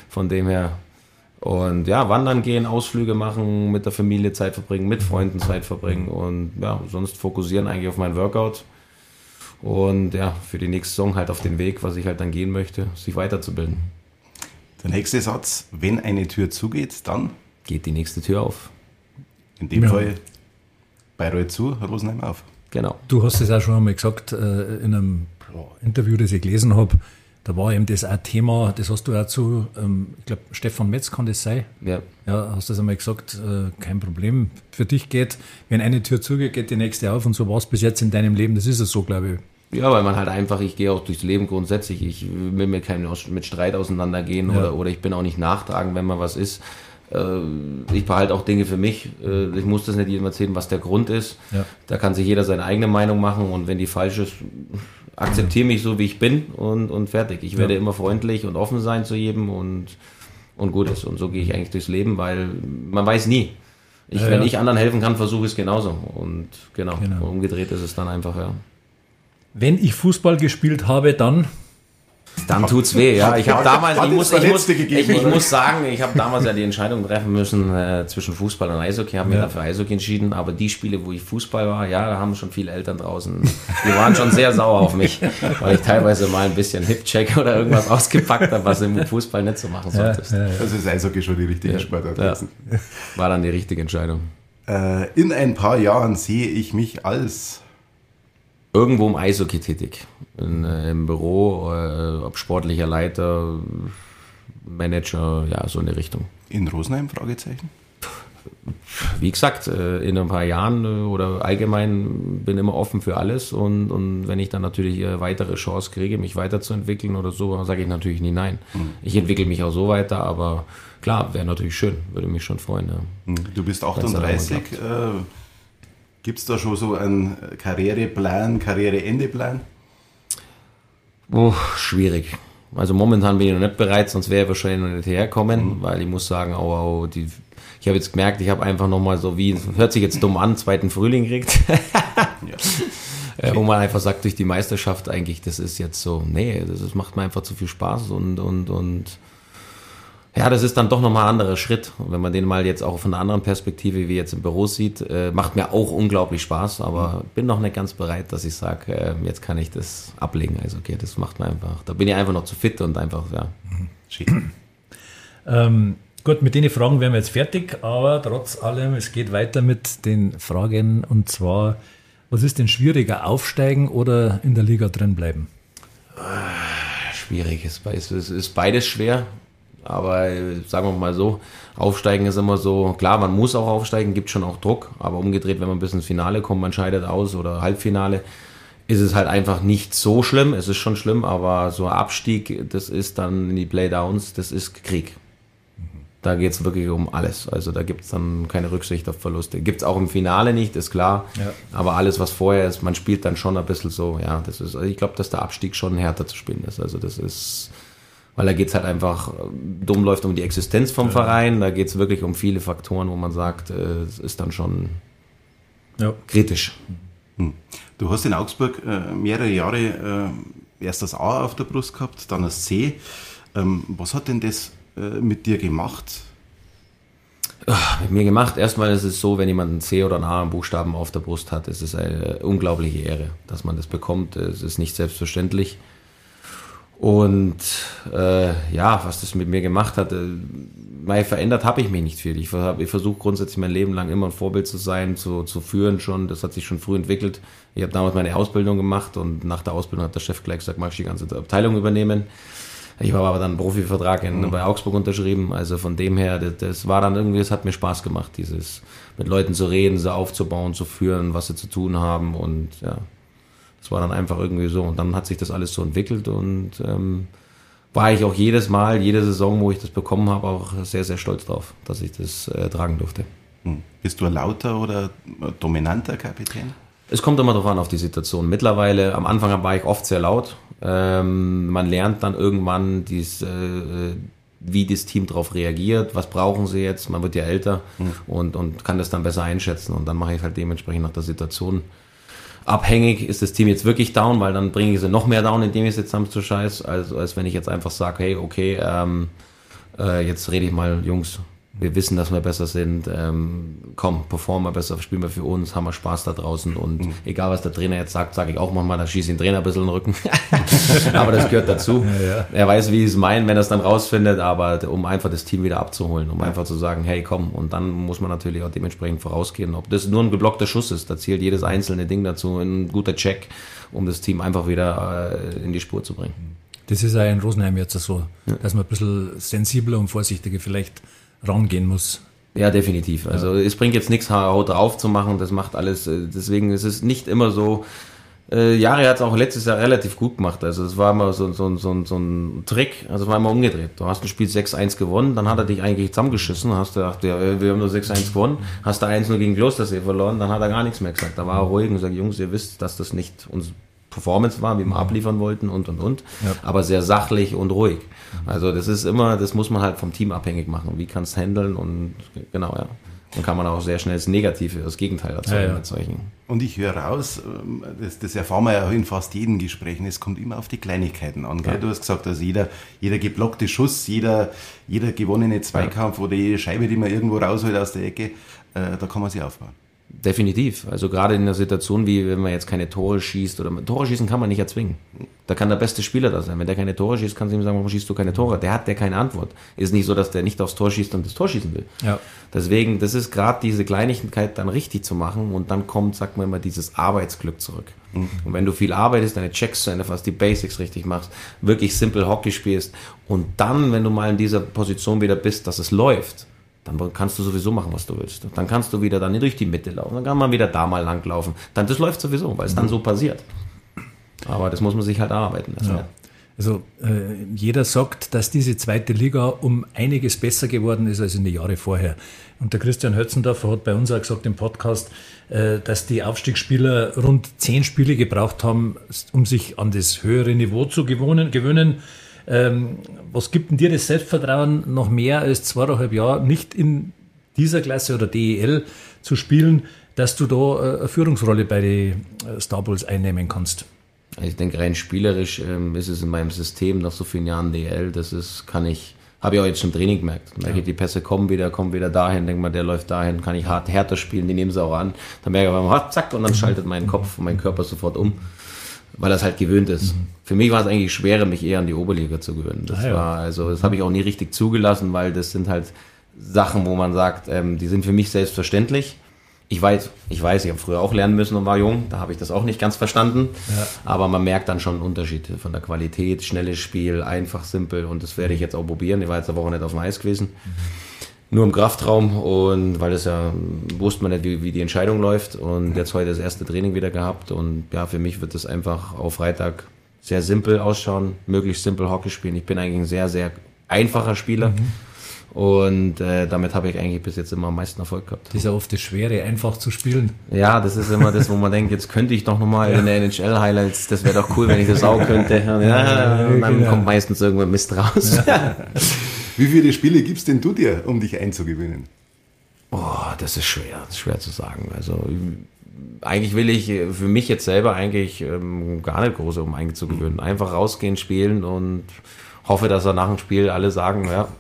Von dem her. Und ja, wandern gehen, Ausflüge machen, mit der Familie Zeit verbringen, mit Freunden Zeit verbringen und ja, sonst fokussieren eigentlich auf mein Workout. Und ja, für die nächste Saison halt auf den Weg, was ich halt dann gehen möchte, sich weiterzubilden. Der nächste Satz, wenn eine Tür zugeht, dann geht die nächste Tür auf. In dem Ja. Fall Bayreuth zu, Rosenheim auf. Genau. Du hast es auch schon einmal gesagt, äh, in einem Interview, das ich gelesen habe, da war eben das auch Thema, das hast du auch zu, ähm, ich glaube, Stefan Metz kann das sein. Ja. Ja, hast du das einmal gesagt, äh, kein Problem. Für dich geht, wenn eine Tür zugeht, geht die nächste auf und so war es bis jetzt in deinem Leben. Das ist es so, glaube ich. Ja, weil man halt einfach, ich gehe auch durchs Leben grundsätzlich, ich will mir keinen aus- mit Streit auseinandergehen Ja. oder, oder ich bin auch nicht nachtragend, wenn mal was ist. Äh, Ich behalte auch Dinge für mich. Äh, Ich muss das nicht jedem erzählen, was der Grund ist. Ja. Da kann sich jeder seine eigene Meinung machen und wenn die falsch ist, akzeptiere mich so, wie ich bin und, und fertig. Ich werde Ja. immer freundlich und offen sein zu jedem und, und gut ist. Und so gehe ich eigentlich durchs Leben, weil man weiß nie. Ich, Ja, wenn ja. ich anderen helfen kann, versuche ich es genauso. Und genau, Genau. umgedreht ist es dann einfach, ja. Wenn ich Fußball gespielt habe, dann Dann tut's weh, ja. Ich habe Hat- damals, hat ich es muss, ich, muss, Verletzte ich, gegeben, ich oder? muss sagen, ich habe damals ja die Entscheidung treffen müssen äh, zwischen Fußball und Eishockey, habe mich Ja. dann für Eishockey entschieden, aber die Spiele, wo ich Fußball war, ja, da haben schon viele Eltern draußen, die waren schon sehr sauer auf mich, weil ich teilweise mal ein bisschen Hip-Check oder irgendwas ausgepackt habe, was im Fußball nicht so machen ja, solltest. ja, ja. Das ist Eishockey schon die richtige Sportart Ja. gewesen. War dann die richtige Entscheidung. Äh, in ein paar Jahren sehe ich mich als Irgendwo im Eishockey tätig, in, äh, im Büro, äh, ob sportlicher Leiter, Manager, ja, so in die Richtung. in Rosenheim, Fragezeichen. Wie gesagt, äh, in ein paar Jahren äh, oder allgemein bin immer offen für alles und, und wenn ich dann natürlich eine weitere Chance kriege, mich weiterzuentwickeln oder so, sage ich natürlich nie nein. Ich entwickle mich auch so weiter, aber klar, wäre natürlich schön, würde mich schon freuen. Ja. Du bist Wenn's dann achtunddreißig. auch Äh, Gibt es da schon so einen Karriereplan, Karriereendeplan? Oh, schwierig. Also momentan bin ich noch nicht bereit, sonst wäre ich wahrscheinlich noch nicht herkommen, Mhm. weil ich muss sagen, oh, oh, die, ich habe jetzt gemerkt, ich habe einfach nochmal so wie, hört sich jetzt dumm an, zweiten Frühling gekriegt. Äh, wo man einfach sagt, durch die Meisterschaft eigentlich, das ist jetzt so, nee, das ist, macht mir einfach zu viel Spaß und, und, und ja, das ist dann doch nochmal ein anderer Schritt. Und wenn man den mal jetzt auch von einer anderen Perspektive, wie jetzt im Büro sieht, äh, macht mir auch unglaublich Spaß, aber bin noch nicht ganz bereit, dass ich sage, äh, jetzt kann ich das ablegen. Also okay, das macht mir einfach, da bin ich einfach noch zu fit und einfach, ja. Schön. Ähm, gut, mit den Fragen wären wir jetzt fertig, aber trotz allem, es geht weiter mit den Fragen und zwar, was ist denn schwieriger, aufsteigen oder in der Liga drin bleiben? Schwierig, es ist, es ist beides schwer, aber äh, sagen wir mal so, aufsteigen ist immer so, klar, man muss auch aufsteigen, gibt schon auch Druck, aber umgedreht, wenn man bis ins Finale kommt, man scheidet aus oder Halbfinale, ist es halt einfach nicht so schlimm, es ist schon schlimm, aber so ein Abstieg, das ist dann in die Playdowns, das ist Krieg. Da geht es wirklich um alles. Also da gibt es dann keine Rücksicht auf Verluste. Gibt es auch im Finale nicht, ist klar. Ja. Aber alles, was vorher ist, man spielt dann schon ein bisschen so, ja, das ist, also ich glaube, dass der Abstieg schon härter zu spielen ist. Also das ist, weil da geht es halt einfach, dumm läuft um die Existenz vom ja. Verein, da geht es wirklich um viele Faktoren, wo man sagt, es ist dann schon ja. kritisch. Hm. Du hast in Augsburg äh, mehrere Jahre äh, erst das A auf der Brust gehabt, dann das C. Ähm, was hat denn das mit dir gemacht? Ach, mit mir gemacht. Erstmal ist es so, wenn jemand ein C oder ein A im Buchstaben auf der Brust hat, ist es eine unglaubliche Ehre, dass man das bekommt. Es ist nicht selbstverständlich. Und äh, ja, was das mit mir gemacht hat, äh, verändert habe ich mich nicht viel. Ich, ich versuche grundsätzlich mein Leben lang immer ein Vorbild zu sein, zu, zu führen schon. Das hat sich schon früh entwickelt. Ich habe damals meine Ausbildung gemacht und nach der Ausbildung hat der Chef gleich gesagt, magst du die ganze Abteilung übernehmen? Ich habe aber dann einen Profivertrag in, mhm. bei Augsburg unterschrieben, also von dem her, das, das war dann irgendwie, es hat mir Spaß gemacht, dieses mit Leuten zu reden, sie aufzubauen, zu führen, was sie zu tun haben und ja, das war dann einfach irgendwie so und dann hat sich das alles so entwickelt und ähm, war ich auch jedes Mal, jede Saison, wo ich das bekommen habe, auch sehr, sehr stolz drauf, dass ich das äh, tragen durfte. Hm. Bist du ein lauter oder dominanter Kapitän? Es kommt immer darauf an, auf die Situation. Mittlerweile, am Anfang war ich oft sehr laut. Ähm, man lernt dann irgendwann, dies, äh, wie das Team darauf reagiert, was brauchen sie jetzt, man wird ja älter mhm. und, und kann das dann besser einschätzen und dann mache ich halt dementsprechend nach der Situation abhängig. Ist das Team jetzt wirklich down, weil dann bringe ich sie noch mehr down, indem ich es jetzt zusammen zu scheiß, als, als wenn ich jetzt einfach sage, hey, okay, ähm, äh, jetzt rede ich mal, Jungs, wir wissen, dass wir besser sind, ähm, komm, performen wir besser, spielen wir für uns, haben wir Spaß da draußen und mhm. egal, was der Trainer jetzt sagt, sage ich auch manchmal, da schieße ich den Trainer ein bisschen in den Rücken, aber das gehört dazu. Ja, ja. Er weiß, wie ich es meine, wenn er es dann rausfindet, aber um einfach das Team wieder abzuholen, um ja. einfach zu sagen, hey, komm, und dann muss man natürlich auch dementsprechend vorausgehen, ob das nur ein geblockter Schuss ist, da zählt jedes einzelne Ding dazu, ein guter Check, um das Team einfach wieder äh, in die Spur zu bringen. Das ist auch in Rosenheim jetzt so, ja. dass man ein bisschen sensibler und vorsichtiger vielleicht rangehen muss. Ja, definitiv. Also ja. es bringt jetzt nichts, Haut drauf zu machen, das macht alles, deswegen ist es nicht immer so, äh, Jari hat es auch letztes Jahr relativ gut gemacht, also es war immer so, so, so, so ein Trick, also es war immer umgedreht. Du hast ein Spiel sechs eins gewonnen, dann hat er dich eigentlich zusammengeschissen, hast du gedacht, ja, wir haben nur sechs eins gewonnen, hast du eins null gegen Klostersee verloren, dann hat er gar nichts mehr gesagt. Da war er ruhig und gesagt, Jungs, ihr wisst, dass das nicht uns Performance war, wie wir abliefern wollten und und und, ja. aber sehr sachlich und ruhig. Also das ist immer, das muss man halt vom Team abhängig machen. Wie kannst du handeln und genau, ja. Dann kann man auch sehr schnell das Negative, das Gegenteil erzeugen. Ja, ja. mit solchen. Und ich höre raus, das, das erfahren wir ja in fast jedem Gespräch, es kommt immer auf die Kleinigkeiten an. Gell? Ja. Du hast gesagt, also jeder, jeder geblockte Schuss, jeder, jeder gewonnene Zweikampf ja. oder jede Scheibe, die man irgendwo rausholt aus der Ecke, äh, da kann man sich aufbauen. Definitiv. Also gerade in einer Situation, wie wenn man jetzt keine Tore schießt oder Tore schießen kann man nicht erzwingen. Da kann der beste Spieler da sein. Wenn der keine Tore schießt, kannst du ihm sagen, warum schießt du keine Tore? Der hat ja keine Antwort. Ist nicht so, dass der nicht aufs Tor schießt und das Tor schießen will. Ja. Deswegen, das ist gerade diese Kleinigkeit dann richtig zu machen und dann kommt, sagt man immer, dieses Arbeitsglück zurück. Mhm. Und wenn du viel arbeitest, deine Checks zu Ende fast, die Basics richtig machst, wirklich simpel Hockey spielst und dann, wenn du mal in dieser Position wieder bist, dass es läuft, dann kannst du sowieso machen, was du willst. Dann kannst du wieder dann durch die Mitte laufen, dann kann man wieder da mal langlaufen. Dann, das läuft sowieso, weil es dann so passiert. Aber das muss man sich halt erarbeiten. Ja. Also äh, jeder sagt, dass diese zweite Liga um einiges besser geworden ist als in den Jahren vorher. Und der Christian Hötzendorfer hat bei uns auch gesagt im Podcast, äh, dass die Aufstiegsspieler rund zehn Spiele gebraucht haben, um sich an das höhere Niveau zu gewöhnen. gewöhnen. Ähm, was gibt denn dir das Selbstvertrauen, noch mehr als zweieinhalb Jahre nicht in dieser Klasse oder D E L zu spielen, dass du da eine Führungsrolle bei den Star Bulls einnehmen kannst? Ich denke, rein spielerisch ähm, ist es in meinem System nach so vielen Jahren D E L, das ist, kann ich, habe ich auch jetzt schon im Training gemerkt. Merke ich, ja. die Pässe kommen wieder, kommen wieder dahin, denke mal, der läuft dahin, kann ich hart härter spielen, die nehmen sie auch an. Dann merke ich aber, zack, und dann schaltet mein Kopf und mein Körper sofort um. Weil das halt gewöhnt ist. Mhm. Für mich war es eigentlich schwerer, mich eher an die Oberliga zu gewöhnen. Das ah, ja. war, also, das habe ich auch nie richtig zugelassen, weil das sind halt Sachen, wo man sagt, ähm, die sind für mich selbstverständlich. Ich weiß, ich weiß, ich habe früher auch lernen müssen und war jung, da habe ich das auch nicht ganz verstanden. Ja. Aber man merkt dann schon einen Unterschied von der Qualität, schnelles Spiel, einfach, simpel und das werde ich jetzt auch probieren. Ich war jetzt eine Woche nicht auf dem Eis gewesen. Mhm. Nur im Kraftraum und weil das ja, wusste man nicht, wie, wie die Entscheidung läuft und jetzt heute das erste Training wieder gehabt und ja, für mich wird das einfach auf Freitag sehr simpel ausschauen, möglichst simpel Hockey spielen. Ich bin eigentlich ein sehr, sehr einfacher Spieler mhm. und äh, damit habe ich eigentlich bis jetzt immer am meisten Erfolg gehabt. Das ist ja oft das Schwere, einfach zu spielen. Ja, das ist immer das, wo man denkt, jetzt könnte ich doch nochmal ja. in der N H L-Highlights, das wäre doch cool, wenn ich das auch könnte. Ja, ja, und dann genau. kommt meistens irgendwann Mist raus. Ja. Wie viele Spiele gibst denn du dir, um dich einzugewöhnen? Oh, das ist schwer, das ist schwer zu sagen. Also eigentlich will ich für mich jetzt selber eigentlich ähm, gar nicht groß, um einzugewöhnen. Einfach rausgehen, spielen und hoffe, dass er nach dem Spiel alle sagen, ja,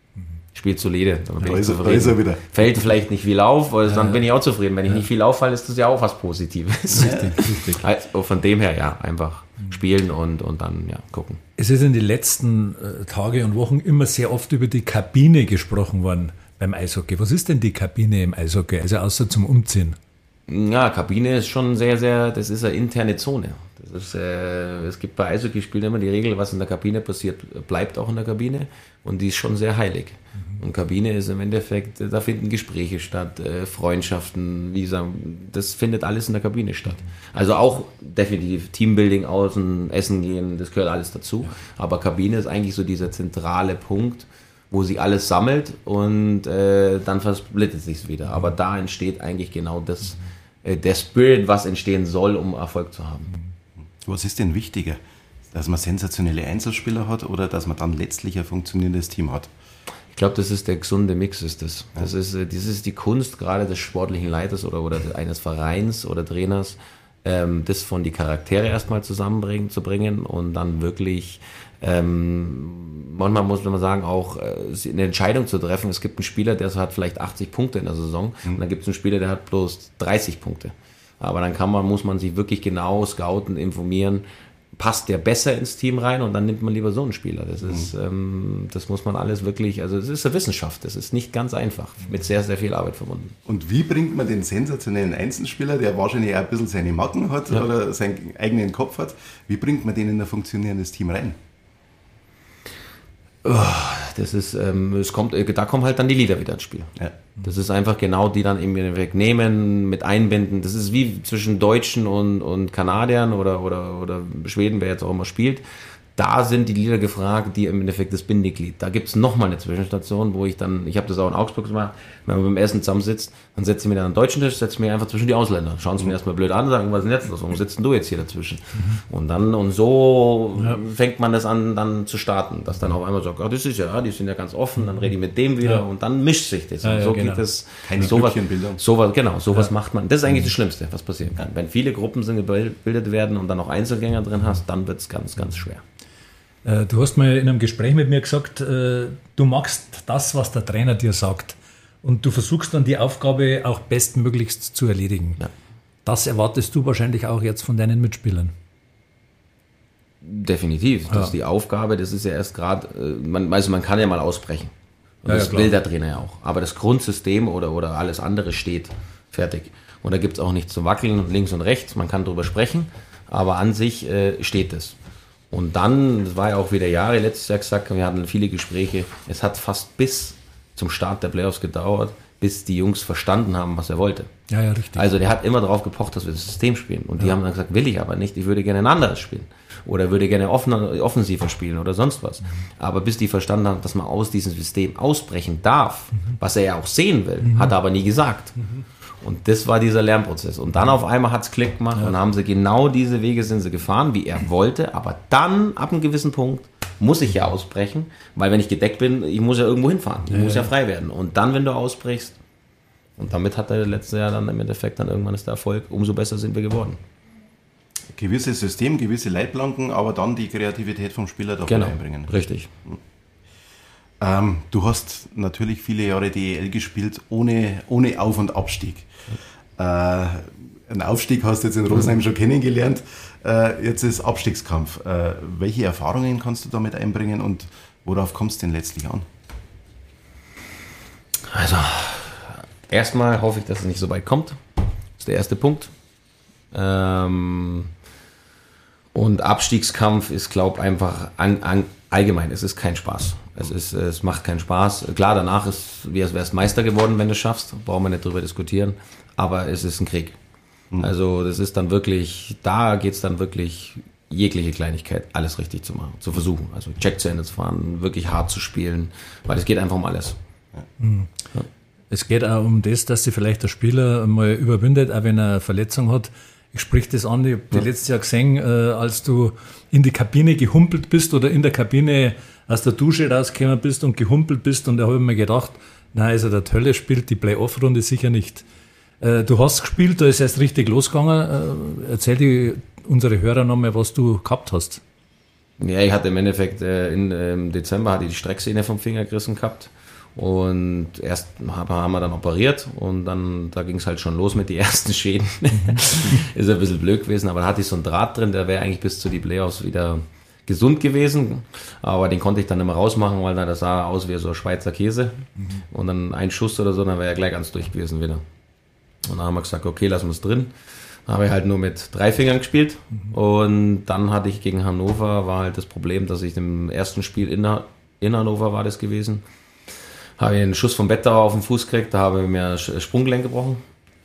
Spiel solide. Dann bin ja, ich zufrieden. Ist er wieder. Fällt vielleicht nicht viel auf, also dann bin ich auch zufrieden. Wenn ich ja. nicht viel auffalle, ist das ja auch was Positives. Richtig, richtig. Also von dem her, ja, einfach spielen und, und dann ja gucken. Es ist in den letzten äh, Tagen und Wochen immer sehr oft über die Kabine gesprochen worden beim Eishockey. Was ist denn die Kabine im Eishockey, also außer zum Umziehen? Ja, Kabine ist schon sehr, sehr, das ist eine interne Zone. Das ist, äh, es gibt bei Eishockeyspielen immer die Regel, was in der Kabine passiert, bleibt auch in der Kabine und die ist schon sehr heilig. Mhm. Und Kabine ist im Endeffekt, da finden Gespräche statt, äh, Freundschaften, wie sagen, das findet alles in der Kabine statt. Also auch definitiv Teambuilding, außen, Essen gehen, das gehört alles dazu. Ja. Aber Kabine ist eigentlich so dieser zentrale Punkt, wo sie alles sammelt und äh, dann versplittet sich wieder. Aber da entsteht eigentlich genau das, äh, der Spirit, was entstehen soll, um Erfolg zu haben. Was ist denn wichtiger? Dass man sensationelle Einzelspieler hat oder dass man dann letztlich ein funktionierendes Team hat? Ich glaube, das ist der gesunde Mix. Ist das. Das ist, das ist die Kunst gerade des sportlichen Leiters oder, oder eines Vereins oder Trainers, ähm, das von die Charaktere erstmal zusammenbringen zu bringen und dann wirklich ähm, manchmal muss man sagen, auch äh, eine Entscheidung zu treffen. Es gibt einen Spieler, der hat vielleicht achtzig Punkte in der Saison mhm. und dann gibt es einen Spieler, der hat bloß dreißig Punkte. Aber dann kann man, muss man sich wirklich genau scouten, informieren, passt der besser ins Team rein und dann nimmt man lieber so einen Spieler. Das ist, mhm. ähm, das muss man alles wirklich, also es ist eine Wissenschaft, das ist nicht ganz einfach, mit sehr, sehr viel Arbeit verbunden. Und wie bringt man den sensationellen Einzelspieler, der wahrscheinlich auch ein bisschen seine Macken hat ja. oder seinen eigenen Kopf hat, wie bringt man den in ein funktionierendes Team rein? Das ist, ähm, es kommt, da kommen halt dann die Leader wieder ins Spiel. Ja. Das ist einfach genau die dann eben wegnehmen, mit einbinden. Das ist wie zwischen Deutschen und, und Kanadiern oder, oder, oder Schweden, wer jetzt auch immer spielt. Da sind die Leader gefragt, die im Endeffekt das Bindeglied. Da gibt es nochmal eine Zwischenstation, wo ich dann, ich habe das auch in Augsburg gemacht, wenn man beim Essen zusammensitzt, dann setze ich mich dann an den deutschen Tisch, setze mich einfach zwischen die Ausländer. Schauen sie mir erstmal blöd an, sagen, was ist denn jetzt los? Warum sitzt denn du jetzt hier dazwischen? Mhm. Und dann, und so ja. fängt man das an, dann zu starten, dass dann auf einmal sagt, ah, das ist ja, die sind ja ganz offen, dann rede ich mit dem wieder ja. und dann mischt sich das. Ja, und so ja, genau. geht es. Keine sowas, Grüppchenbildung. sowas, genau, sowas ja. macht man. Das ist eigentlich das Schlimmste, was passieren kann. Wenn viele Gruppen sind gebildet werden und dann noch Einzelgänger drin hast, dann wird es ganz, ganz schwer. Du hast mal in einem Gespräch mit mir gesagt, du magst das, was der Trainer dir sagt. Und du versuchst dann die Aufgabe auch bestmöglichst zu erledigen. Ja. Das erwartest du wahrscheinlich auch jetzt von deinen Mitspielern. Definitiv. Das ja. ist die Aufgabe, das ist ja erst gerade, man, also man kann ja mal ausbrechen. Und ja, das ja, will der Trainer ja auch. Aber das Grundsystem oder, oder alles andere steht fertig. Und da gibt es auch nichts zu wackeln, links und rechts. Man kann drüber sprechen, aber an sich äh, steht es. Und dann, das war ja auch wieder Jahre, letztes Jahr gesagt, wir hatten viele Gespräche. Es hat fast bis zum Start der Playoffs gedauert, bis die Jungs verstanden haben, was er wollte. Ja, ja, richtig. Also der hat immer darauf gepocht, dass wir das System spielen. Und ja. die haben dann gesagt, will ich aber nicht, ich würde gerne ein anderes spielen. Oder würde gerne offener, offensiver spielen oder sonst was. Mhm. Aber bis die verstanden haben, dass man aus diesem System ausbrechen darf, mhm. was er ja auch sehen will, mhm. hat er aber nie gesagt. Mhm. Und das war dieser Lernprozess. Und dann auf einmal hat es Klick gemacht ja. und haben sie genau diese Wege sind sie gefahren, wie er wollte. Aber dann, ab einem gewissen Punkt, muss ich ja ausbrechen, weil wenn ich gedeckt bin, ich muss ja irgendwo hinfahren. Ich ja, muss ja frei werden. Und dann, wenn du ausbrichst, und damit hat er letztes Jahr dann im Endeffekt dann irgendwann ist der Erfolg, umso besser sind wir geworden. Gewisses System, gewisse Leitplanken, aber dann die Kreativität vom Spieler da genau, einbringen. Richtig. Ähm, du hast natürlich viele Jahre D E L gespielt, ohne, ohne Auf- und Abstieg. Äh, einen Aufstieg hast du jetzt in Rosenheim schon kennengelernt. Äh, jetzt ist Abstiegskampf. Äh, welche Erfahrungen kannst du damit einbringen und worauf kommt es denn letztlich an? Also, erstmal hoffe ich, dass es nicht so weit kommt. Das ist der erste Punkt. Ähm, und Abstiegskampf ist, glaube ich, einfach an, an, allgemein. Es ist kein Spaß. Es, ist, es macht keinen Spaß. Klar, danach ist, wärst du Meister geworden, wenn du es schaffst. Brauchen wir nicht drüber diskutieren. Aber es ist ein Krieg. Mhm. Also das ist dann wirklich, da geht es dann wirklich jegliche Kleinigkeit, alles richtig zu machen, zu versuchen. Also Check zu Ende zu fahren, wirklich hart zu spielen, weil es geht einfach um alles. Mhm. Ja. Es geht auch um das, dass sich vielleicht der Spieler mal überwindet, auch wenn er eine Verletzung hat. Ich sprich das an, ich habe ja. die letztes Jahr gesehen, äh, als du in die Kabine gehumpelt bist oder in der Kabine aus der Dusche rausgekommen bist und gehumpelt bist und da habe ich mir gedacht, nein, also der Tölle spielt die Play-Off-Runde sicher nicht. Äh, du hast gespielt, da ist erst richtig losgegangen. Äh, erzähl dir unsere Hörer nochmal, was du gehabt hast. Ja, ich hatte im Endeffekt äh, in, äh, im Dezember hatte ich die Strecksehne vom Finger gerissen gehabt. Und erst haben wir dann operiert und dann da ging es halt schon los mit den ersten Schäden. Ist ein bisschen blöd gewesen, aber da hatte ich so einen Draht drin, der wäre eigentlich bis zu die Playoffs wieder gesund gewesen. Aber den konnte ich dann immer rausmachen, weil dann das sah aus wie so ein Schweizer Käse. Mhm. Und dann ein Schuss oder so, dann wäre er gleich ganz durch gewesen wieder. Und dann haben wir gesagt, okay, lassen wir es drin. Dann habe ich halt nur mit drei Fingern gespielt. Mhm. Und dann hatte ich gegen Hannover, war halt das Problem, dass ich im ersten Spiel in, in Hannover war das gewesen, habe ich einen Schuss vom Bettauer auf den Fuß gekriegt, da habe ich mir das Sprunggelenk gebrochen.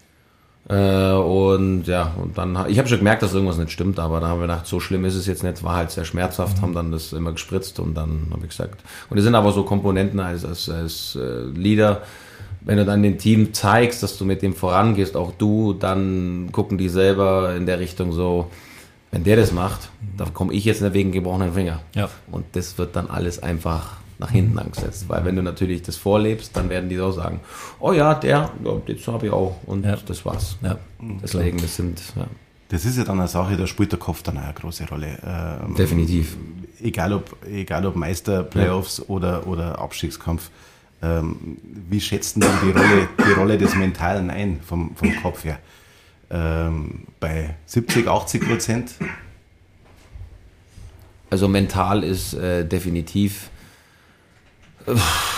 Äh, und ja, und dann, ich habe schon gemerkt, dass irgendwas nicht stimmt, aber dann haben wir gedacht, so schlimm ist es jetzt nicht, war halt sehr schmerzhaft, mhm. haben dann das immer gespritzt und dann habe ich gesagt, und es sind aber so Komponenten als, als, als äh, Leader, wenn du dann dem Team zeigst, dass du mit dem vorangehst, auch du, dann gucken die selber in der Richtung so, wenn der das macht, mhm. dann komme ich jetzt nicht wegen gebrochenen Finger. Ja. Und das wird dann alles einfach nach hinten angesetzt, weil wenn du natürlich das vorlebst, dann werden die auch sagen, oh ja, der, ja, das habe ich auch und ja. das war's. Ja. Deswegen, das sind, ja. Das ist ja dann eine Sache, da spielt der Kopf dann auch eine große Rolle. Ähm, Definitiv. Egal ob, egal ob Meister, Playoffs ja. oder, oder Abstiegskampf. Ähm, wie schätzt denn die Rolle, die Rolle des Mentalen ein, vom, vom Kopf her? Ähm, bei siebzig, achtzig Prozent? Also mental ist äh, definitiv, äh,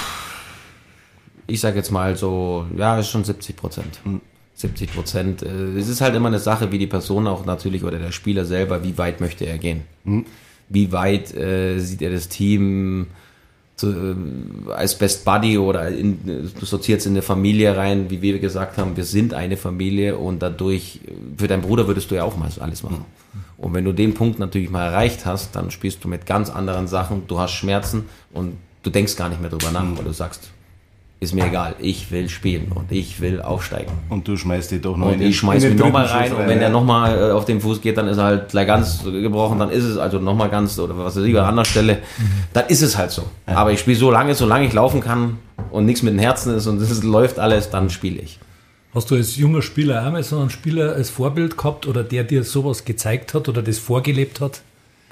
ich sage jetzt mal so, ja, ist schon siebzig Prozent. Mhm. siebzig Prozent. Es ist halt immer eine Sache, wie die Person auch natürlich oder der Spieler selber, wie weit möchte er gehen? Mhm. Wie weit äh, sieht er das Team zu, äh, als Best Buddy oder in, du sortierst in eine Familie rein, wie wir gesagt haben, wir sind eine Familie und dadurch, für deinen Bruder würdest du ja auch mal alles machen. Mhm. Und wenn du den Punkt natürlich mal erreicht hast, dann spielst du mit ganz anderen Sachen, du hast Schmerzen und du denkst gar nicht mehr drüber nach, mhm. weil du sagst, ist mir egal, ich will spielen und ich will aufsteigen. Und du schmeißt dich doch noch und in den ich schmeiß mich nochmal rein, rein und wenn er nochmal auf den Fuß geht, dann ist er halt gleich ganz gebrochen, dann ist es also nochmal ganz, oder was weiß ich, an anderer Stelle, dann ist es halt so. Ja. Aber ich spiele so lange, solange ich laufen kann und nichts mit dem Herzen ist und es läuft alles, dann spiele ich. Hast du als junger Spieler auch mal so einen Spieler als Vorbild gehabt oder der dir sowas gezeigt hat oder das vorgelebt hat?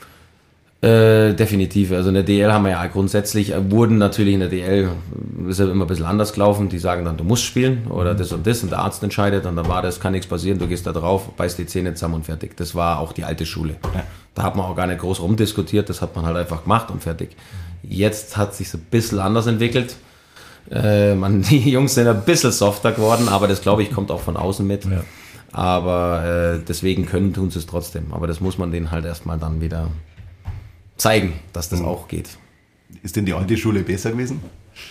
Äh, definitiv. Also in der D L haben wir ja grundsätzlich, wurden natürlich in der D L, ist ja immer ein bisschen anders gelaufen, die sagen dann, du musst spielen oder das und das und der Arzt entscheidet und dann war das, kann nichts passieren, du gehst da drauf, beißt die Zähne zusammen und fertig. Das war auch die alte Schule. Ja. Da hat man auch gar nicht groß rumdiskutiert, das hat man halt einfach gemacht und fertig. Jetzt hat sich so ein bisschen anders entwickelt. Äh, man, die Jungs sind ein bisschen softer geworden, aber das glaube ich kommt auch von außen mit. Ja. Aber äh, deswegen können, tun sie es trotzdem. Aber das muss man denen halt erstmal dann wieder zeigen, dass das mhm. auch geht. Ist denn die alte Schule besser gewesen?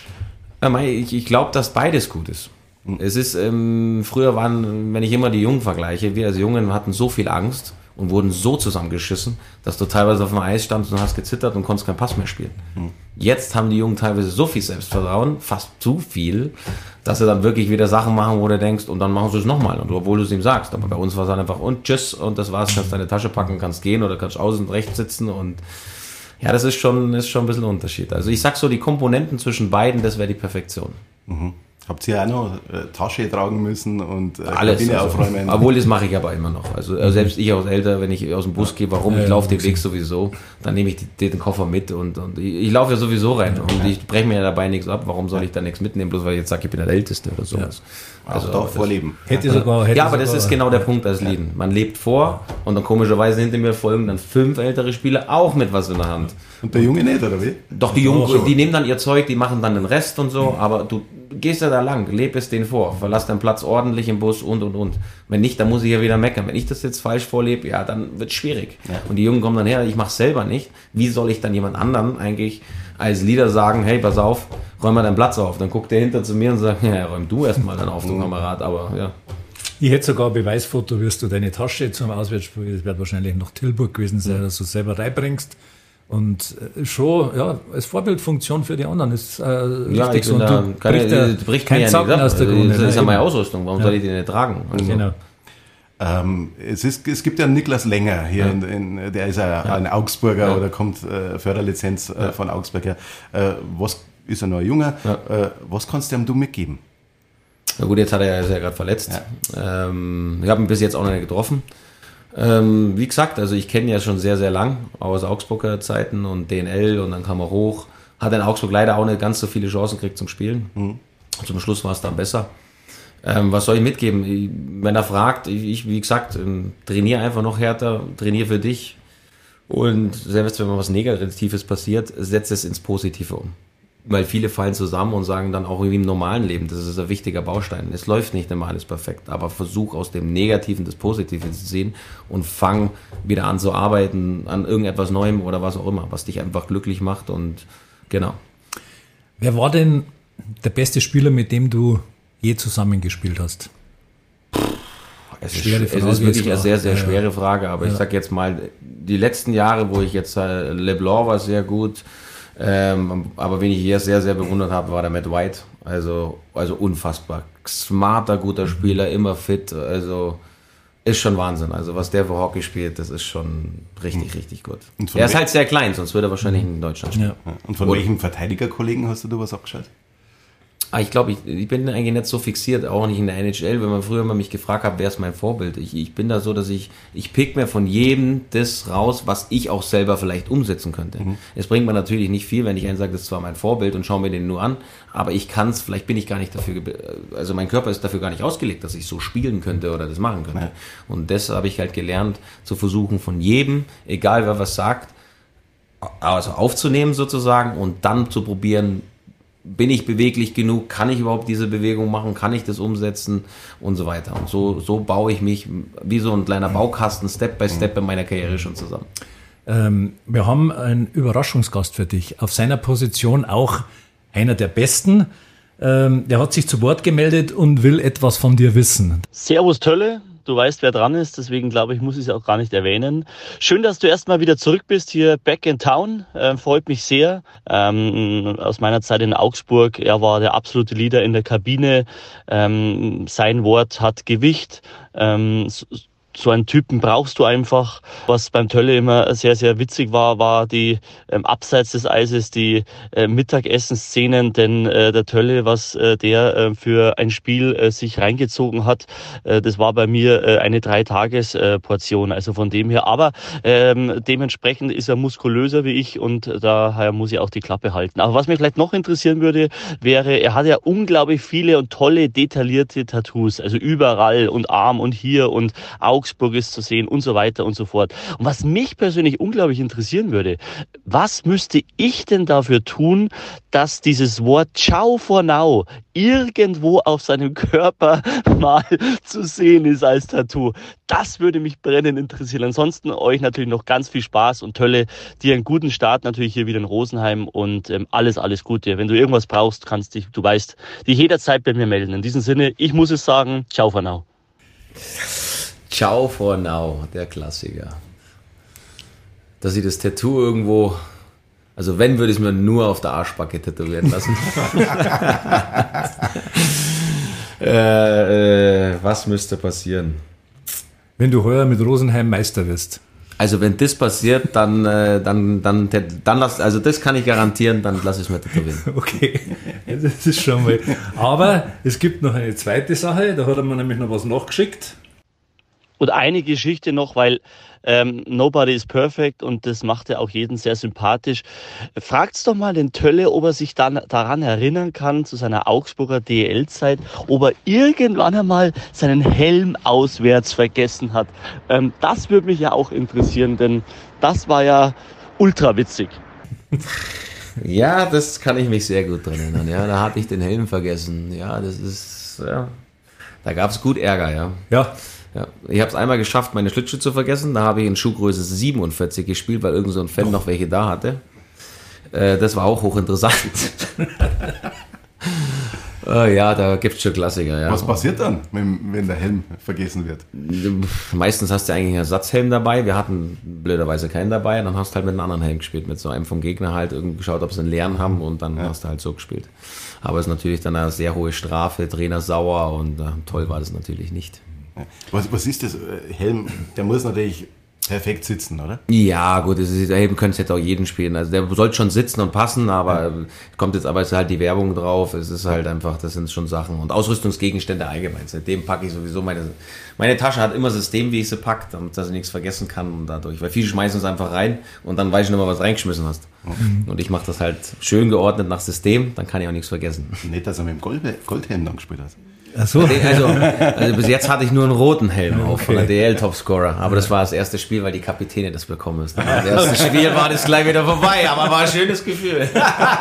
Ja, ich ich glaube, dass beides gut ist. Mhm. Es ist, ähm, früher waren, wenn ich immer die Jungen vergleiche, wir als Jungen hatten so viel Angst und wurden so zusammengeschissen, dass du teilweise auf dem Eis standst und hast gezittert und konntest keinen Pass mehr spielen. Mhm. Jetzt haben die Jungen teilweise so viel Selbstvertrauen, fast zu viel, dass sie dann wirklich wieder Sachen machen, wo du denkst, und dann machen sie es nochmal, und obwohl du es ihm sagst. Aber bei uns war es dann einfach, und tschüss, und das war's, kannst deine Tasche packen, kannst gehen oder kannst außen rechts sitzen und ja, das ist schon, ist schon ein bisschen ein Unterschied. Also ich sag so, die Komponenten zwischen beiden, das wäre die Perfektion. Mhm. Habt ihr auch noch äh, Tasche tragen müssen und äh, alles Kabine also, aufräumen? Obwohl, das mache ich aber immer noch. Also mhm. selbst ich als älter, wenn ich aus dem Bus gehe, warum? Ja, ich laufe ja, den Weg sowieso, dann nehme ich die, den Koffer mit und, und ich, ich laufe ja sowieso rein ja, und ja. ich breche mir ja dabei nichts ab. Warum soll ich da nichts mitnehmen, bloß weil ich jetzt sage, ich bin der Älteste oder sowas. Ja. Also doch vorleben. Hätte sogar, hätte ja, aber sogar, das ist genau der Punkt als Lieden. Man lebt vor und dann komischerweise hinter mir folgen dann fünf ältere Spieler auch mit was in der Hand. Und der Junge nicht, oder wie? Doch, die Jungen, oh, die nehmen dann ihr Zeug, die machen dann den Rest und so, aber du gehst ja da lang, leb es denen vor, verlass deinen Platz ordentlich im Bus und und und. Wenn nicht, dann muss ich ja wieder meckern. Wenn ich das jetzt falsch vorlebe, ja, dann wird es schwierig. Ja. Und die Jungen kommen dann her, ich mache es selber nicht. Wie soll ich dann jemand anderen eigentlich als Leader sagen, hey, pass auf, räum mal deinen Platz auf. Dann guckt der hinter zu mir und sagt, ja, räum du erstmal dann auf, du Kamerad, aber ja. Ich hätte sogar ein Beweisfoto, wirst du deine Tasche zum Auswärtsspiel, das wird wahrscheinlich noch Tilburg gewesen sein, dass du selber reinbringst. Und schon, ja, als Vorbildfunktion für die anderen ist äh, ja, richtig ich so. Und da, du keine, bricht da, bricht kein mir Zacken ja aus der Krone. Das ist ja meine eben. Ausrüstung, warum ja. soll ich die nicht tragen? Also, genau. Ähm, es, ist, es gibt ja einen Niklas Länger hier, ja. in, in, der ist ein, ja. ein Augsburger ja. oder kommt äh, Förderlizenz äh, ja. von Augsburg her. Äh, was ist er noch junger? Ja. Äh, was kannst du ihm du mitgeben? Na gut, jetzt hat er ja gerade verletzt. Ja. Ähm, ich habe ihn bis jetzt auch noch nicht getroffen. Ähm, wie gesagt, also ich kenne ihn ja schon sehr, sehr lang aus Augsburger Zeiten und D N L und dann kam er hoch. Hat in Augsburg leider auch nicht ganz so viele Chancen gekriegt zum Spielen. Mhm. Zum Schluss war es dann besser. Ähm, was soll ich mitgeben? Ich, wenn er fragt, ich, ich wie gesagt, ähm, trainiere einfach noch härter, trainiere für dich und selbst wenn mal was Negatives passiert, setze es ins Positive um. Weil viele fallen zusammen und sagen dann auch wie im normalen Leben, das ist ein wichtiger Baustein. Es läuft nicht immer alles perfekt, aber versuch aus dem Negativen das Positive zu sehen und fang wieder an zu arbeiten, an irgendetwas Neuem oder was auch immer, was dich einfach glücklich macht und genau. Wer war denn der beste Spieler, mit dem du je zusammengespielt hast? Es ist, es ist wirklich eine sehr, sehr ja, schwere Frage, aber ja. ich sag jetzt mal, die letzten Jahre, wo ich jetzt, äh, LeBlanc war sehr gut, ähm, aber wen ich hier sehr, sehr bewundert habe, war der Matt White, also, also unfassbar, smarter, guter Spieler, immer fit, also ist schon Wahnsinn, also was der für Hockey spielt, das ist schon richtig, richtig gut. Er ist halt sehr klein, sonst würde er wahrscheinlich in Deutschland spielen. Ja. Und von und welchem Verteidigerkollegen hast du da was abgeschaut? Ich glaube, ich, ich bin eigentlich nicht so fixiert, auch nicht in der N H L, wenn man früher mal mich gefragt hat, wer ist mein Vorbild. Ich, ich bin da so, dass ich, ich pick mir von jedem das raus, was ich auch selber vielleicht umsetzen könnte. Mhm. Es bringt mir natürlich nicht viel, wenn ich einen sage, das ist zwar mein Vorbild und schaue mir den nur an, aber ich kann es, vielleicht bin ich gar nicht dafür, also mein Körper ist dafür gar nicht ausgelegt, dass ich so spielen könnte oder das machen könnte. Ja. Und das habe ich halt gelernt, zu versuchen von jedem, egal wer was sagt, also aufzunehmen sozusagen und dann zu probieren, bin ich beweglich genug, kann ich überhaupt diese Bewegung machen, kann ich das umsetzen und so weiter. Und so, so baue ich mich wie so ein kleiner Baukasten Step by Step in meiner Karriere schon zusammen. Ähm, wir haben einen Überraschungsgast für dich. Auf seiner Position auch einer der Besten. Ähm, der hat sich zu Wort gemeldet und will etwas von dir wissen. Servus Tölle. Du weißt, wer dran ist, deswegen glaube ich, muss ich es auch gar nicht erwähnen. Schön, dass du erstmal wieder zurück bist, hier back in town. Äh, freut mich sehr. Ähm, aus meiner Zeit in Augsburg, er war der absolute Leader in der Kabine. Ähm, sein Wort hat Gewicht. Ähm, so, so einen Typen brauchst du einfach. Was beim Tölle immer sehr, sehr witzig war, war die ähm, abseits des Eises, die äh, Mittagessensszenen, denn äh, der Tölle, was äh, der äh, für ein Spiel äh, sich reingezogen hat, äh, das war bei mir äh, eine Drei-Tages-Portion, also von dem her. Aber ähm, dementsprechend ist er muskulöser wie ich und daher muss ich auch die Klappe halten. Aber was mich vielleicht noch interessieren würde, wäre, er hat ja unglaublich viele und tolle, detaillierte Tattoos, also überall und Arm und hier und Augsburg ist zu sehen und so weiter und so fort. Und was mich persönlich unglaublich interessieren würde, was müsste ich denn dafür tun, dass dieses Wort Ciao for now irgendwo auf seinem Körper mal zu sehen ist als Tattoo? Das würde mich brennend interessieren. Ansonsten euch natürlich noch ganz viel Spaß und Tölle, dir einen guten Start natürlich hier wieder in Rosenheim und ähm, alles, alles Gute. Wenn du irgendwas brauchst, kannst dich, du weißt, dich jederzeit bei mir melden. In diesem Sinne, ich muss es sagen, Ciao for now. Ciao for now, der Klassiker. Dass ich das Tattoo irgendwo, also wenn, würde ich es mir nur auf der Arschbacke tätowieren lassen. äh, äh, was müsste passieren? Wenn du heuer mit Rosenheim Meister wirst. Also wenn das passiert, dann, äh, dann, dann, dann lass, also das kann ich garantieren, dann lass ich es mir tätowieren. Okay, das ist schon mal. Aber es gibt noch eine zweite Sache, da hat er mir nämlich noch was nachgeschickt. Und eine Geschichte noch, weil ähm, nobody is perfect und das macht ja auch jeden sehr sympathisch. Fragt's doch mal den Tölle, ob er sich dann daran erinnern kann, zu seiner Augsburger D E L-Zeit, ob er irgendwann einmal seinen Helm auswärts vergessen hat. Ähm, das würde mich ja auch interessieren, denn das war ja ultra witzig. Ja, das kann ich mich sehr gut dran erinnern. Ja, da hatte ich den Helm vergessen. Ja, das ist, ja, da gab's gut Ärger, ja. Ja. Ja, ich habe es einmal geschafft, meine Schlittschuhe zu vergessen. Da habe ich in Schuhgröße siebenundvierzig gespielt, weil irgend so ein Fan noch welche da hatte. Äh, das war auch hochinteressant. äh, ja, da gibt es schon Klassiker. Ja. Was passiert dann, wenn, wenn der Helm vergessen wird? Meistens hast du eigentlich einen Ersatzhelm dabei. Wir hatten blöderweise keinen dabei. Dann hast du halt mit einem anderen Helm gespielt. Mit so einem vom Gegner halt irgendwie geschaut, ob sie einen leeren haben und dann ja. hast du halt so gespielt. Aber es ist natürlich dann eine sehr hohe Strafe, Trainer sauer und äh, toll war das natürlich nicht. Was, was ist das? Helm, der muss natürlich perfekt sitzen, oder? Ja, gut, das ist, der Helm könnte jetzt auch jeden spielen. Also der sollte schon sitzen und passen, aber ja. kommt jetzt aber ist halt die Werbung drauf. Es ist halt einfach, das sind schon Sachen. Und Ausrüstungsgegenstände allgemein. Seitdem packe ich sowieso meine, meine Tasche hat immer System, wie ich sie packe, damit dass ich nichts vergessen kann und dadurch. Weil viele schmeißen es einfach rein und dann weiß ich nicht mehr, was reingeschmissen hast. Mhm. Und ich mache das halt schön geordnet nach System, dann kann ich auch nichts vergessen. Nicht, dass er mit dem Gold, Goldhelm dann gespielt hat. Ach so. Also, also bis jetzt hatte ich nur einen roten Helm auf okay. von der D L Topscorer. Aber das war das erste Spiel, weil die Kapitäne das bekommen ist. Das erste Spiel war das gleich wieder vorbei, aber war ein schönes Gefühl. äh,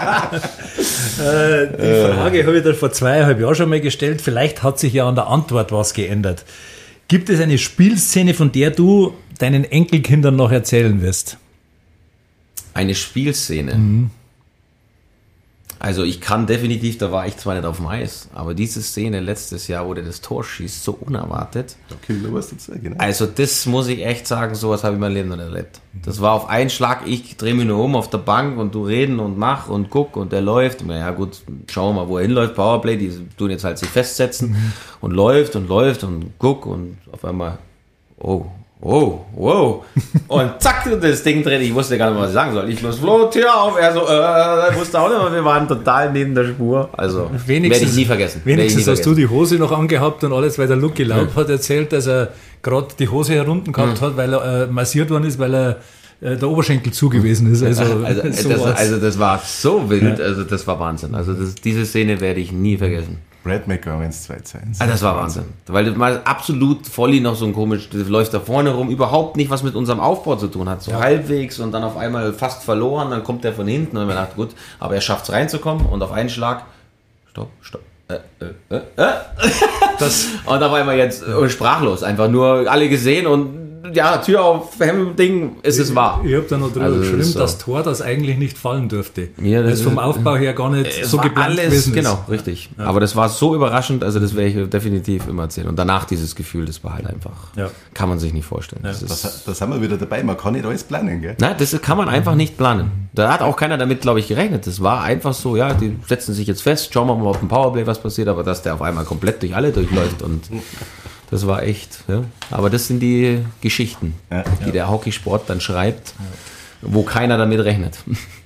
die Frage habe ich dann vor zweieinhalb Jahren schon mal gestellt. Vielleicht hat sich ja an der Antwort was geändert. Gibt es eine Spielszene, von der du deinen Enkelkindern noch erzählen wirst? Eine Spielszene? Mhm. Also ich kann definitiv, da war ich zwar nicht auf dem Eis, aber diese Szene letztes Jahr, wo der das Tor schießt, so unerwartet. Okay, du was dazu, genau. Also das muss ich echt sagen, sowas habe ich mein Leben noch nicht erlebt. Das war auf einen Schlag, ich drehe mich nur um auf der Bank und du reden und mach und guck und der läuft. Und ja gut, schauen wir mal, wo er hinläuft, Powerplay, die tun jetzt halt sich festsetzen mhm. und läuft und läuft und guck und auf einmal, oh, wow, wow. Und zack, das Ding drin. Ich wusste gar nicht, was ich sagen soll. Ich muss Flo, Tür auf. Er so, äh, wusste auch nicht, aber wir waren total neben der Spur. Also, werde ich nie vergessen. Wenigstens nie hast vergessen. du die Hose noch angehabt und alles, weil der Lucky Laub ja. hat erzählt, dass er gerade die Hose herunten gehabt ja. hat, weil er äh, massiert worden ist, weil er äh, der Oberschenkel zu gewesen ist. Also, also, das, also das war so wild, also das war Wahnsinn. Also das, diese Szene werde ich nie vergessen. Brad McGovens zwei zu eins. Ah, das war Wahnsinn. Weil das mal absolut Volli noch so ein komisch, das läuft da vorne rum, überhaupt nicht was mit unserem Aufbau zu tun hat. So ja. halbwegs und dann auf einmal fast verloren, dann kommt der von hinten und wir dachten, gut, aber er schafft es reinzukommen und auf einen Schlag, stopp, stopp, äh, äh, äh, äh. Das, und auf einmal jetzt äh, sprachlos, einfach nur alle gesehen und ja, Tür auf, Ding, es ist wahr. Ich, ich habe da noch drüber also geschrieben, das, so. das Tor, das eigentlich nicht fallen dürfte. Ja, das, das vom Aufbau her gar nicht so geplant gewesen ist. Genau, richtig. Ja. Aber das war so überraschend, also das werde ich definitiv immer erzählen. Und danach dieses Gefühl, das war halt einfach, ja. kann man sich nicht vorstellen. Ja. Das, ist, das, das haben wir wieder dabei, man kann nicht alles planen, gell? Nein, das kann man einfach nicht planen. Da hat auch keiner damit, glaube ich, gerechnet. Das war einfach so, ja, die setzen sich jetzt fest, schauen wir mal auf dem Powerplay, was passiert, aber dass der auf einmal komplett durch alle durchläuft und das war echt, ja. Aber das sind die Geschichten, ja, die ja. der Hockeysport dann schreibt, ja. wo keiner damit rechnet.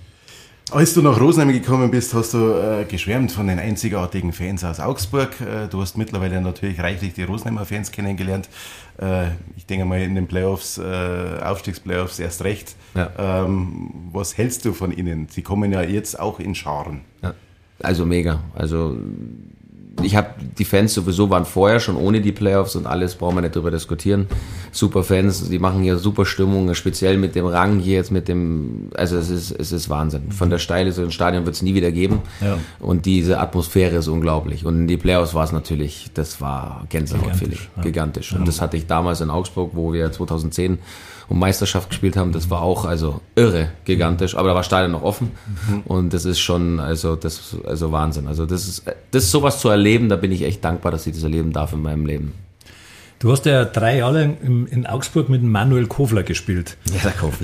Als du nach Rosenheim gekommen bist, hast du äh, geschwärmt von den einzigartigen Fans aus Augsburg. Äh, du hast mittlerweile natürlich reichlich die Rosenheimer Fans kennengelernt. Äh, ich denke mal in den Playoffs, äh, Aufstiegsplayoffs erst recht. Ja. Ähm, was hältst du von ihnen? Sie kommen ja jetzt auch in Scharen. Ja. Also mega. Also ich habe die Fans sowieso waren vorher schon ohne die Playoffs und alles, brauchen wir nicht drüber diskutieren. Super Fans, die machen hier super Stimmung, speziell mit dem Rang hier jetzt mit dem, also es ist es ist Wahnsinn. Von der Steile so ein Stadion wird es nie wieder geben ja. und diese Atmosphäre ist unglaublich. Und in die Playoffs war es natürlich, das war gänsehautfähig, ja. gigantisch. Und das hatte ich damals in Augsburg, wo wir zweitausendzehn um Meisterschaft gespielt haben, das war auch also irre, gigantisch, aber da war Stadion noch offen mhm. und das ist schon, also das also Wahnsinn. Also das ist, das ist sowas zu erleben, da bin ich echt dankbar, dass ich das erleben darf in meinem Leben. Du hast ja drei Jahre in, in Augsburg mit Manuel Kofler gespielt. Ja, der Kofler.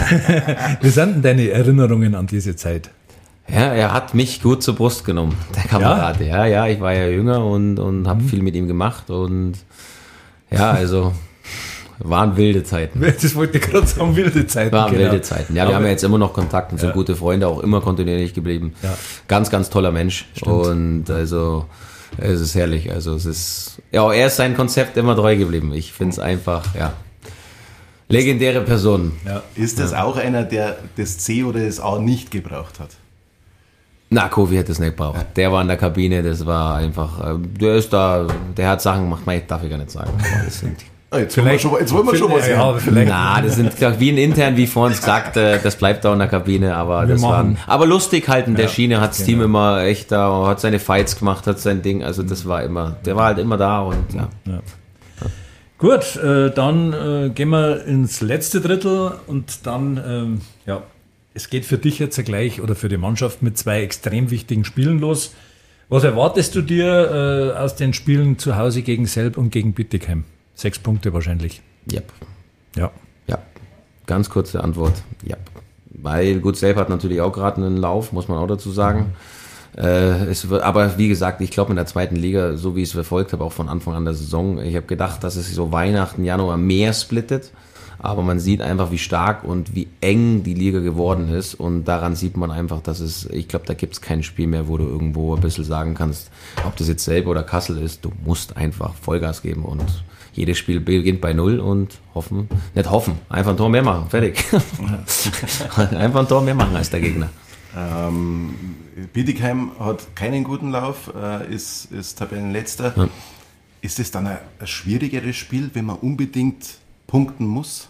Wie sind denn deine Erinnerungen an diese Zeit? Ja, er hat mich gut zur Brust genommen, der Kamerad. Ja, ja, ja ich war ja jünger und, und habe mhm. viel mit ihm gemacht und ja, also waren wilde Zeiten. Das wollte ich gerade sagen, wilde Zeiten. Waren genau. wilde Zeiten. Ja, wir Aber haben ja jetzt immer noch Kontakt und sind ja. gute Freunde, auch immer kontinuierlich geblieben. Ja. Ganz, ganz toller Mensch. Stimmt. Und also, es ist herrlich. Also, es ist, ja, er ist seinem Konzept immer treu geblieben. Ich finde es einfach, ja, legendäre Person. Ja. Ist das ja. auch einer, der das C oder das A nicht gebraucht hat? Na, Kofi hat das nicht gebraucht. Ja. Der war in der Kabine, das war einfach, der ist da, der hat Sachen gemacht, man darf ich gar nicht sagen. Aber das sind Jetzt wollen wir schon, jetzt wollen wir schon was ja, vielleicht. Na, das sind wie ein intern, wie vorhin gesagt, das bleibt da in der Kabine, aber wir das waren, aber lustig halt in der ja, Schiene, hat das genau. Team immer echt da, hat seine Fights gemacht, hat sein Ding, also das war immer, der war halt immer da und ja. ja. ja. Gut, äh, dann äh, gehen wir ins letzte Drittel und dann, ähm, ja, es geht für dich jetzt gleich oder für die Mannschaft mit zwei extrem wichtigen Spielen los. Was erwartest du dir äh, aus den Spielen zu Hause gegen Selb und gegen Bietigheim? Sechs Punkte wahrscheinlich. Yep. Ja. Ja. Ganz kurze Antwort. Ja. Weil gut, Selb hat natürlich auch gerade einen Lauf, muss man auch dazu sagen. Mhm. Äh, es wird, aber wie gesagt, ich glaube in der zweiten Liga, so wie ich es verfolgt habe, auch von Anfang an der Saison, ich habe gedacht, dass es so Weihnachten, Januar mehr splittet. Aber man sieht einfach, wie stark und wie eng die Liga geworden ist. Und daran sieht man einfach, dass es, ich glaube, da gibt es kein Spiel mehr, wo du irgendwo ein bisschen sagen kannst, ob das jetzt Selb oder Kassel ist. Du musst einfach Vollgas geben und jedes Spiel beginnt bei Null und hoffen, nicht hoffen, einfach ein Tor mehr machen, fertig. Einfach ein Tor mehr machen als der Gegner. Ähm, Bietigheim hat keinen guten Lauf, äh, ist, ist Tabellenletzter. Ja. Ist es dann ein, ein schwierigeres Spiel, wenn man unbedingt punkten muss?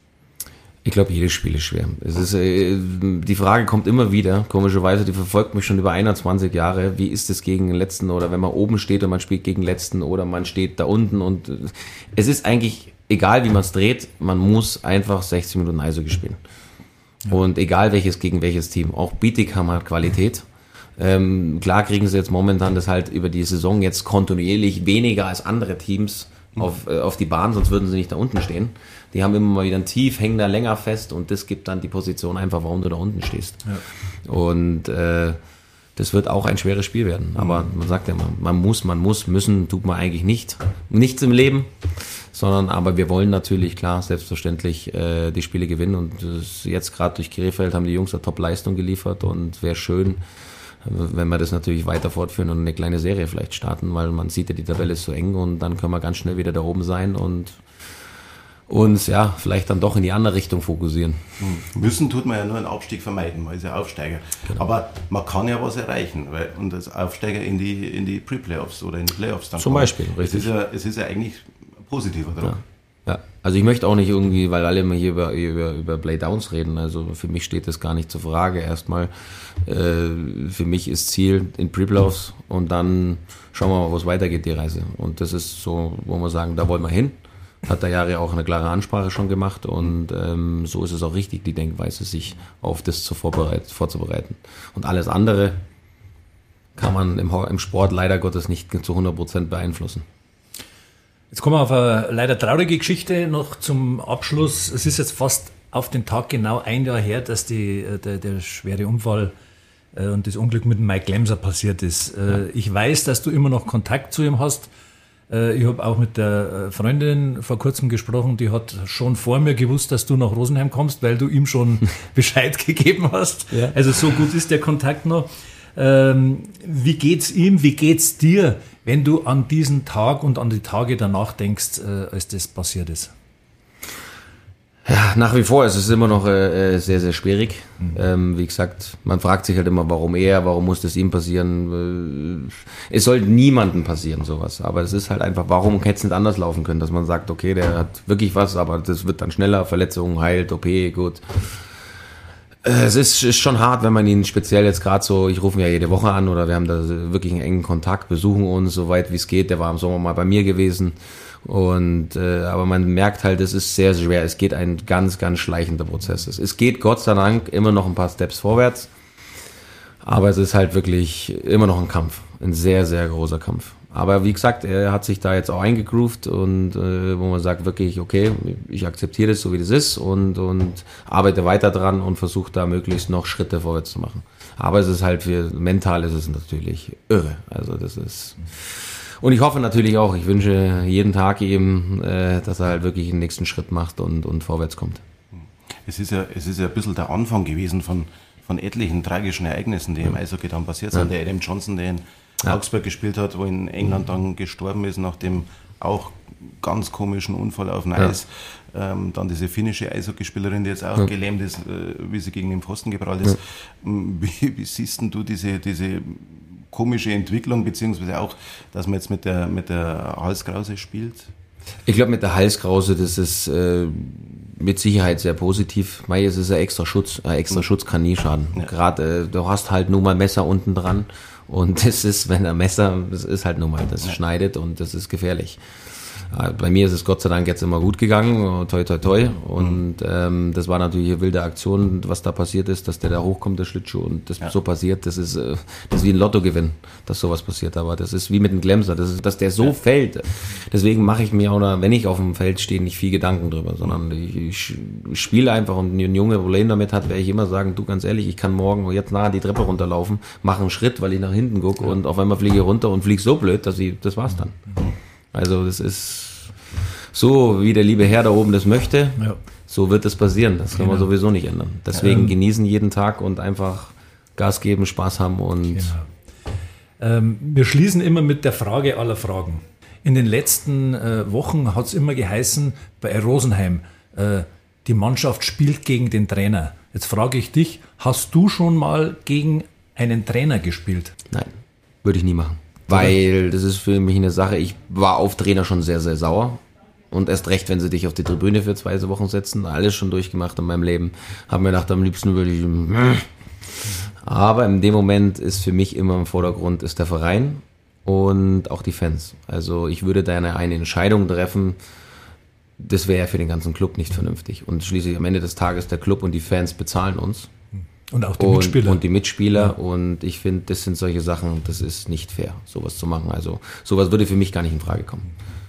Ich glaube, jedes Spiel ist schwer. Es ist, äh, die Frage kommt immer wieder, komischerweise, die verfolgt mich schon über einundzwanzig Jahre. Wie ist es gegen den Letzten oder wenn man oben steht und man spielt gegen den Letzten oder man steht da unten und äh, es ist eigentlich egal, wie man es dreht, man muss einfach sechzig Minuten Eishockey spielen. Ja. Und egal welches gegen welches Team. Auch Bietigheim hat Qualität. Ähm, klar kriegen sie jetzt momentan das halt über die Saison jetzt kontinuierlich weniger als andere Teams auf, äh, auf die Bahn, sonst würden sie nicht da unten stehen. Die haben immer mal wieder ein Tief, hängen da länger fest und das gibt dann die Position einfach, warum du da unten stehst. Ja. Und äh, das wird auch ein schweres Spiel werden. Aber man sagt ja, man, man muss, man muss, müssen, tut man eigentlich nicht. Nichts im Leben. sondern aber wir wollen natürlich, klar, selbstverständlich äh, die Spiele gewinnen und das, jetzt gerade durch Krefeld haben die Jungs eine Top-Leistung geliefert und wäre schön, wenn wir das natürlich weiter fortführen und eine kleine Serie vielleicht starten, weil man sieht ja, die Tabelle ist so eng und dann können wir ganz schnell wieder da oben sein und uns ja vielleicht dann doch in die andere Richtung fokussieren. Hm. Müssen tut man ja nur einen Abstieg vermeiden, man ist ja Aufsteiger. Genau. Aber man kann ja was erreichen, weil und als Aufsteiger in die, in die Pre-Playoffs oder in die Playoffs dann zum kommen. Beispiel, richtig. Es ist ja, es ist ja eigentlich positiver Druck. Ja. Ja, also ich möchte auch nicht irgendwie, weil alle immer hier über, über, über Playdowns reden, also für mich steht das gar nicht zur Frage. Erstmal, äh, für mich ist Ziel in Pre-Playoffs und dann schauen wir mal, wo es weitergeht, die Reise. Und das ist so, wo wir sagen, da wollen wir hin. Hat der Jahre auch eine klare Ansprache schon gemacht und ähm, so ist es auch richtig, die Denkweise, sich auf das zu vorbereit, vorzubereiten. Und alles andere kann man im, im Sport leider Gottes nicht zu hundert Prozent beeinflussen. Jetzt kommen wir auf eine leider traurige Geschichte noch zum Abschluss. Es ist jetzt fast auf den Tag genau ein Jahr her, dass die, der, der schwere Unfall äh, und das Unglück mit dem Mike Glemser passiert ist. Äh, ja. Ich weiß, dass du immer noch Kontakt zu ihm hast. Äh, ich habe auch mit der Freundin vor kurzem gesprochen, die hat schon vor mir gewusst, dass du nach Rosenheim kommst, weil du ihm schon Bescheid gegeben hast. Ja. Also so gut ist der Kontakt noch. Ähm, wie geht's ihm, wie geht's dir, wenn du an diesen Tag und an die Tage danach denkst, äh, als das passiert ist? Ja, nach wie vor ist es immer noch äh, sehr, sehr schwierig. Mhm. Ähm, wie gesagt, man fragt sich halt immer, warum er, warum muss das ihm passieren? Es soll niemandem passieren, sowas. Aber es ist halt einfach, warum hätte es nicht anders laufen können, dass man sagt, okay, der hat wirklich was, aber das wird dann schneller, Verletzungen heilt, O P, gut. Es ist, ist schon hart, wenn man ihn speziell jetzt gerade so, ich rufe ihn ja jede Woche an oder wir haben da wirklich einen engen Kontakt, besuchen uns, so weit wie es geht. Der war im Sommer mal bei mir gewesen. Und äh, aber man merkt halt, es ist sehr schwer. Es geht ein ganz, ganz schleichender Prozess. Es geht Gott sei Dank immer noch ein paar Steps vorwärts. Aber es ist halt wirklich immer noch ein Kampf. Ein sehr, sehr großer Kampf. Aber wie gesagt, er hat sich da jetzt auch eingegroovt und äh, wo man sagt wirklich, okay, ich akzeptiere das so wie das ist und, und arbeite weiter dran und versuche da möglichst noch Schritte vorwärts zu machen. Aber es ist halt für mental ist es natürlich irre. Also das ist und ich hoffe natürlich auch, ich wünsche jeden Tag ihm, äh, dass er halt wirklich den nächsten Schritt macht und, und vorwärts kommt. Es ist ja, es ist ja ein bisschen der Anfang gewesen von, von etlichen tragischen Ereignissen, die im Eishockey dann passiert sind. Ja. Der Adam Johnson, der in ja. Augsburg gespielt hat, wo in England dann gestorben ist, nach dem auch ganz komischen Unfall auf dem Eis. Ja. Ähm, dann diese finnische Eishockeyspielerin, die jetzt auch ja. gelähmt ist, äh, wie sie gegen den Pfosten geprallt ist. Ja. Wie, wie siehst denn du diese, diese komische Entwicklung, beziehungsweise auch, dass man jetzt mit der, mit der Halskrause spielt? Ich glaube, mit der Halskrause, das ist äh, mit Sicherheit sehr positiv. Mei, es ist ein extra Schutz, ein extra mhm. Schutz kann nie schaden. Ja. Gerade, äh, du hast halt nur mal Messer unten dran und das ist, wenn ein Messer, das ist halt nur mal, das ja. schneidet und das ist gefährlich. Bei mir ist es Gott sei Dank jetzt immer gut gegangen, toi toi toi. Und ähm, das war natürlich eine wilde Aktion, was da passiert ist, dass der da hochkommt, der Schlittschuh, und das ja. so passiert, das ist, äh, das ist wie ein Lottogewinn, dass sowas passiert. Aber das ist wie mit dem Glemser, das ist, dass der so ja. fällt. Deswegen mache ich mir, oder wenn ich auf dem Feld stehe, nicht viel Gedanken drüber, sondern ich, ich spiele einfach, und ein Junge Problem damit hat, werde ich immer sagen, du, ganz ehrlich, ich kann morgen jetzt nahe die Treppe runterlaufen, mache einen Schritt, weil ich nach hinten gucke, ja. und auf einmal fliege ich runter und fliege so blöd, dass ich, das war's dann. Also das ist so, wie der liebe Herr da oben das möchte, ja. so wird es passieren. Das können genau. wir sowieso nicht ändern. Deswegen ähm, genießen jeden Tag und einfach Gas geben, Spaß haben. Und genau. ähm, wir schließen immer mit der Frage aller Fragen. In den letzten äh, Wochen hat es immer geheißen, bei Rosenheim, äh, die Mannschaft spielt gegen den Trainer. Jetzt frage ich dich, hast du schon mal gegen einen Trainer gespielt? Nein, würde ich nie machen. Weil das ist für mich eine Sache, ich war auf Trainer schon sehr, sehr sauer. Und erst recht, wenn sie dich auf die Tribüne für zwei Wochen setzen. Alles schon durchgemacht in meinem Leben. Habe mir gedacht, am liebsten würde ich... Aber in dem Moment ist für mich immer im Vordergrund ist der Verein und auch die Fans. Also ich würde da eine, eine Entscheidung treffen, das wäre ja für den ganzen Club nicht vernünftig. Und schließlich am Ende des Tages der Club und die Fans bezahlen uns. Und auch die und, Mitspieler. Und die Mitspieler. Ja. Und ich finde, das sind solche Sachen, das ist nicht fair, sowas zu machen. Also sowas würde für mich gar nicht in Frage kommen.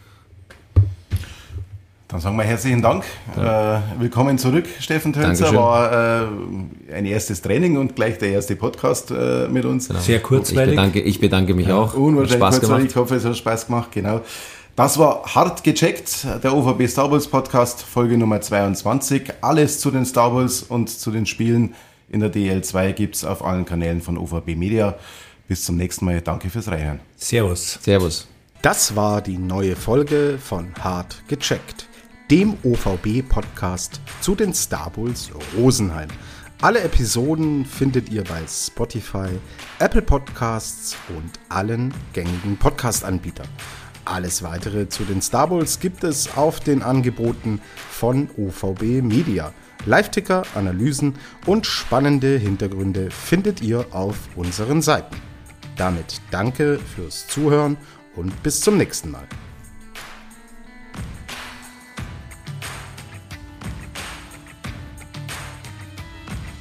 Dann sagen wir herzlichen Dank. Ja. Äh, willkommen zurück, Steffen Tönzer. Dankeschön. War äh, ein erstes Training und gleich der erste Podcast äh, mit uns. Genau. Sehr kurzweilig. Ich bedanke, ich bedanke mich ja. auch. Unwahrscheinlich kurzweilig. Ich hoffe, es hat Spaß gemacht. Genau. Das war hart gecheckt, der O V B Star Wars Podcast, Folge Nummer zweiundzwanzig. Alles zu den Star Wars und zu den Spielen in der D L zwei gibt's auf allen Kanälen von O V B Media. Bis zum nächsten Mal. Danke fürs Reinhören. Servus. Servus. Das war die neue Folge von Hart gecheckt, dem O V B-Podcast zu den Star Wars Rosenheim. Alle Episoden findet ihr bei Spotify, Apple Podcasts und allen gängigen Podcast-Anbietern. Alles weitere zu den Star Wars gibt es auf den Angeboten von O V B Media. Live-Ticker, Analysen und spannende Hintergründe findet ihr auf unseren Seiten. Damit danke fürs Zuhören und bis zum nächsten Mal.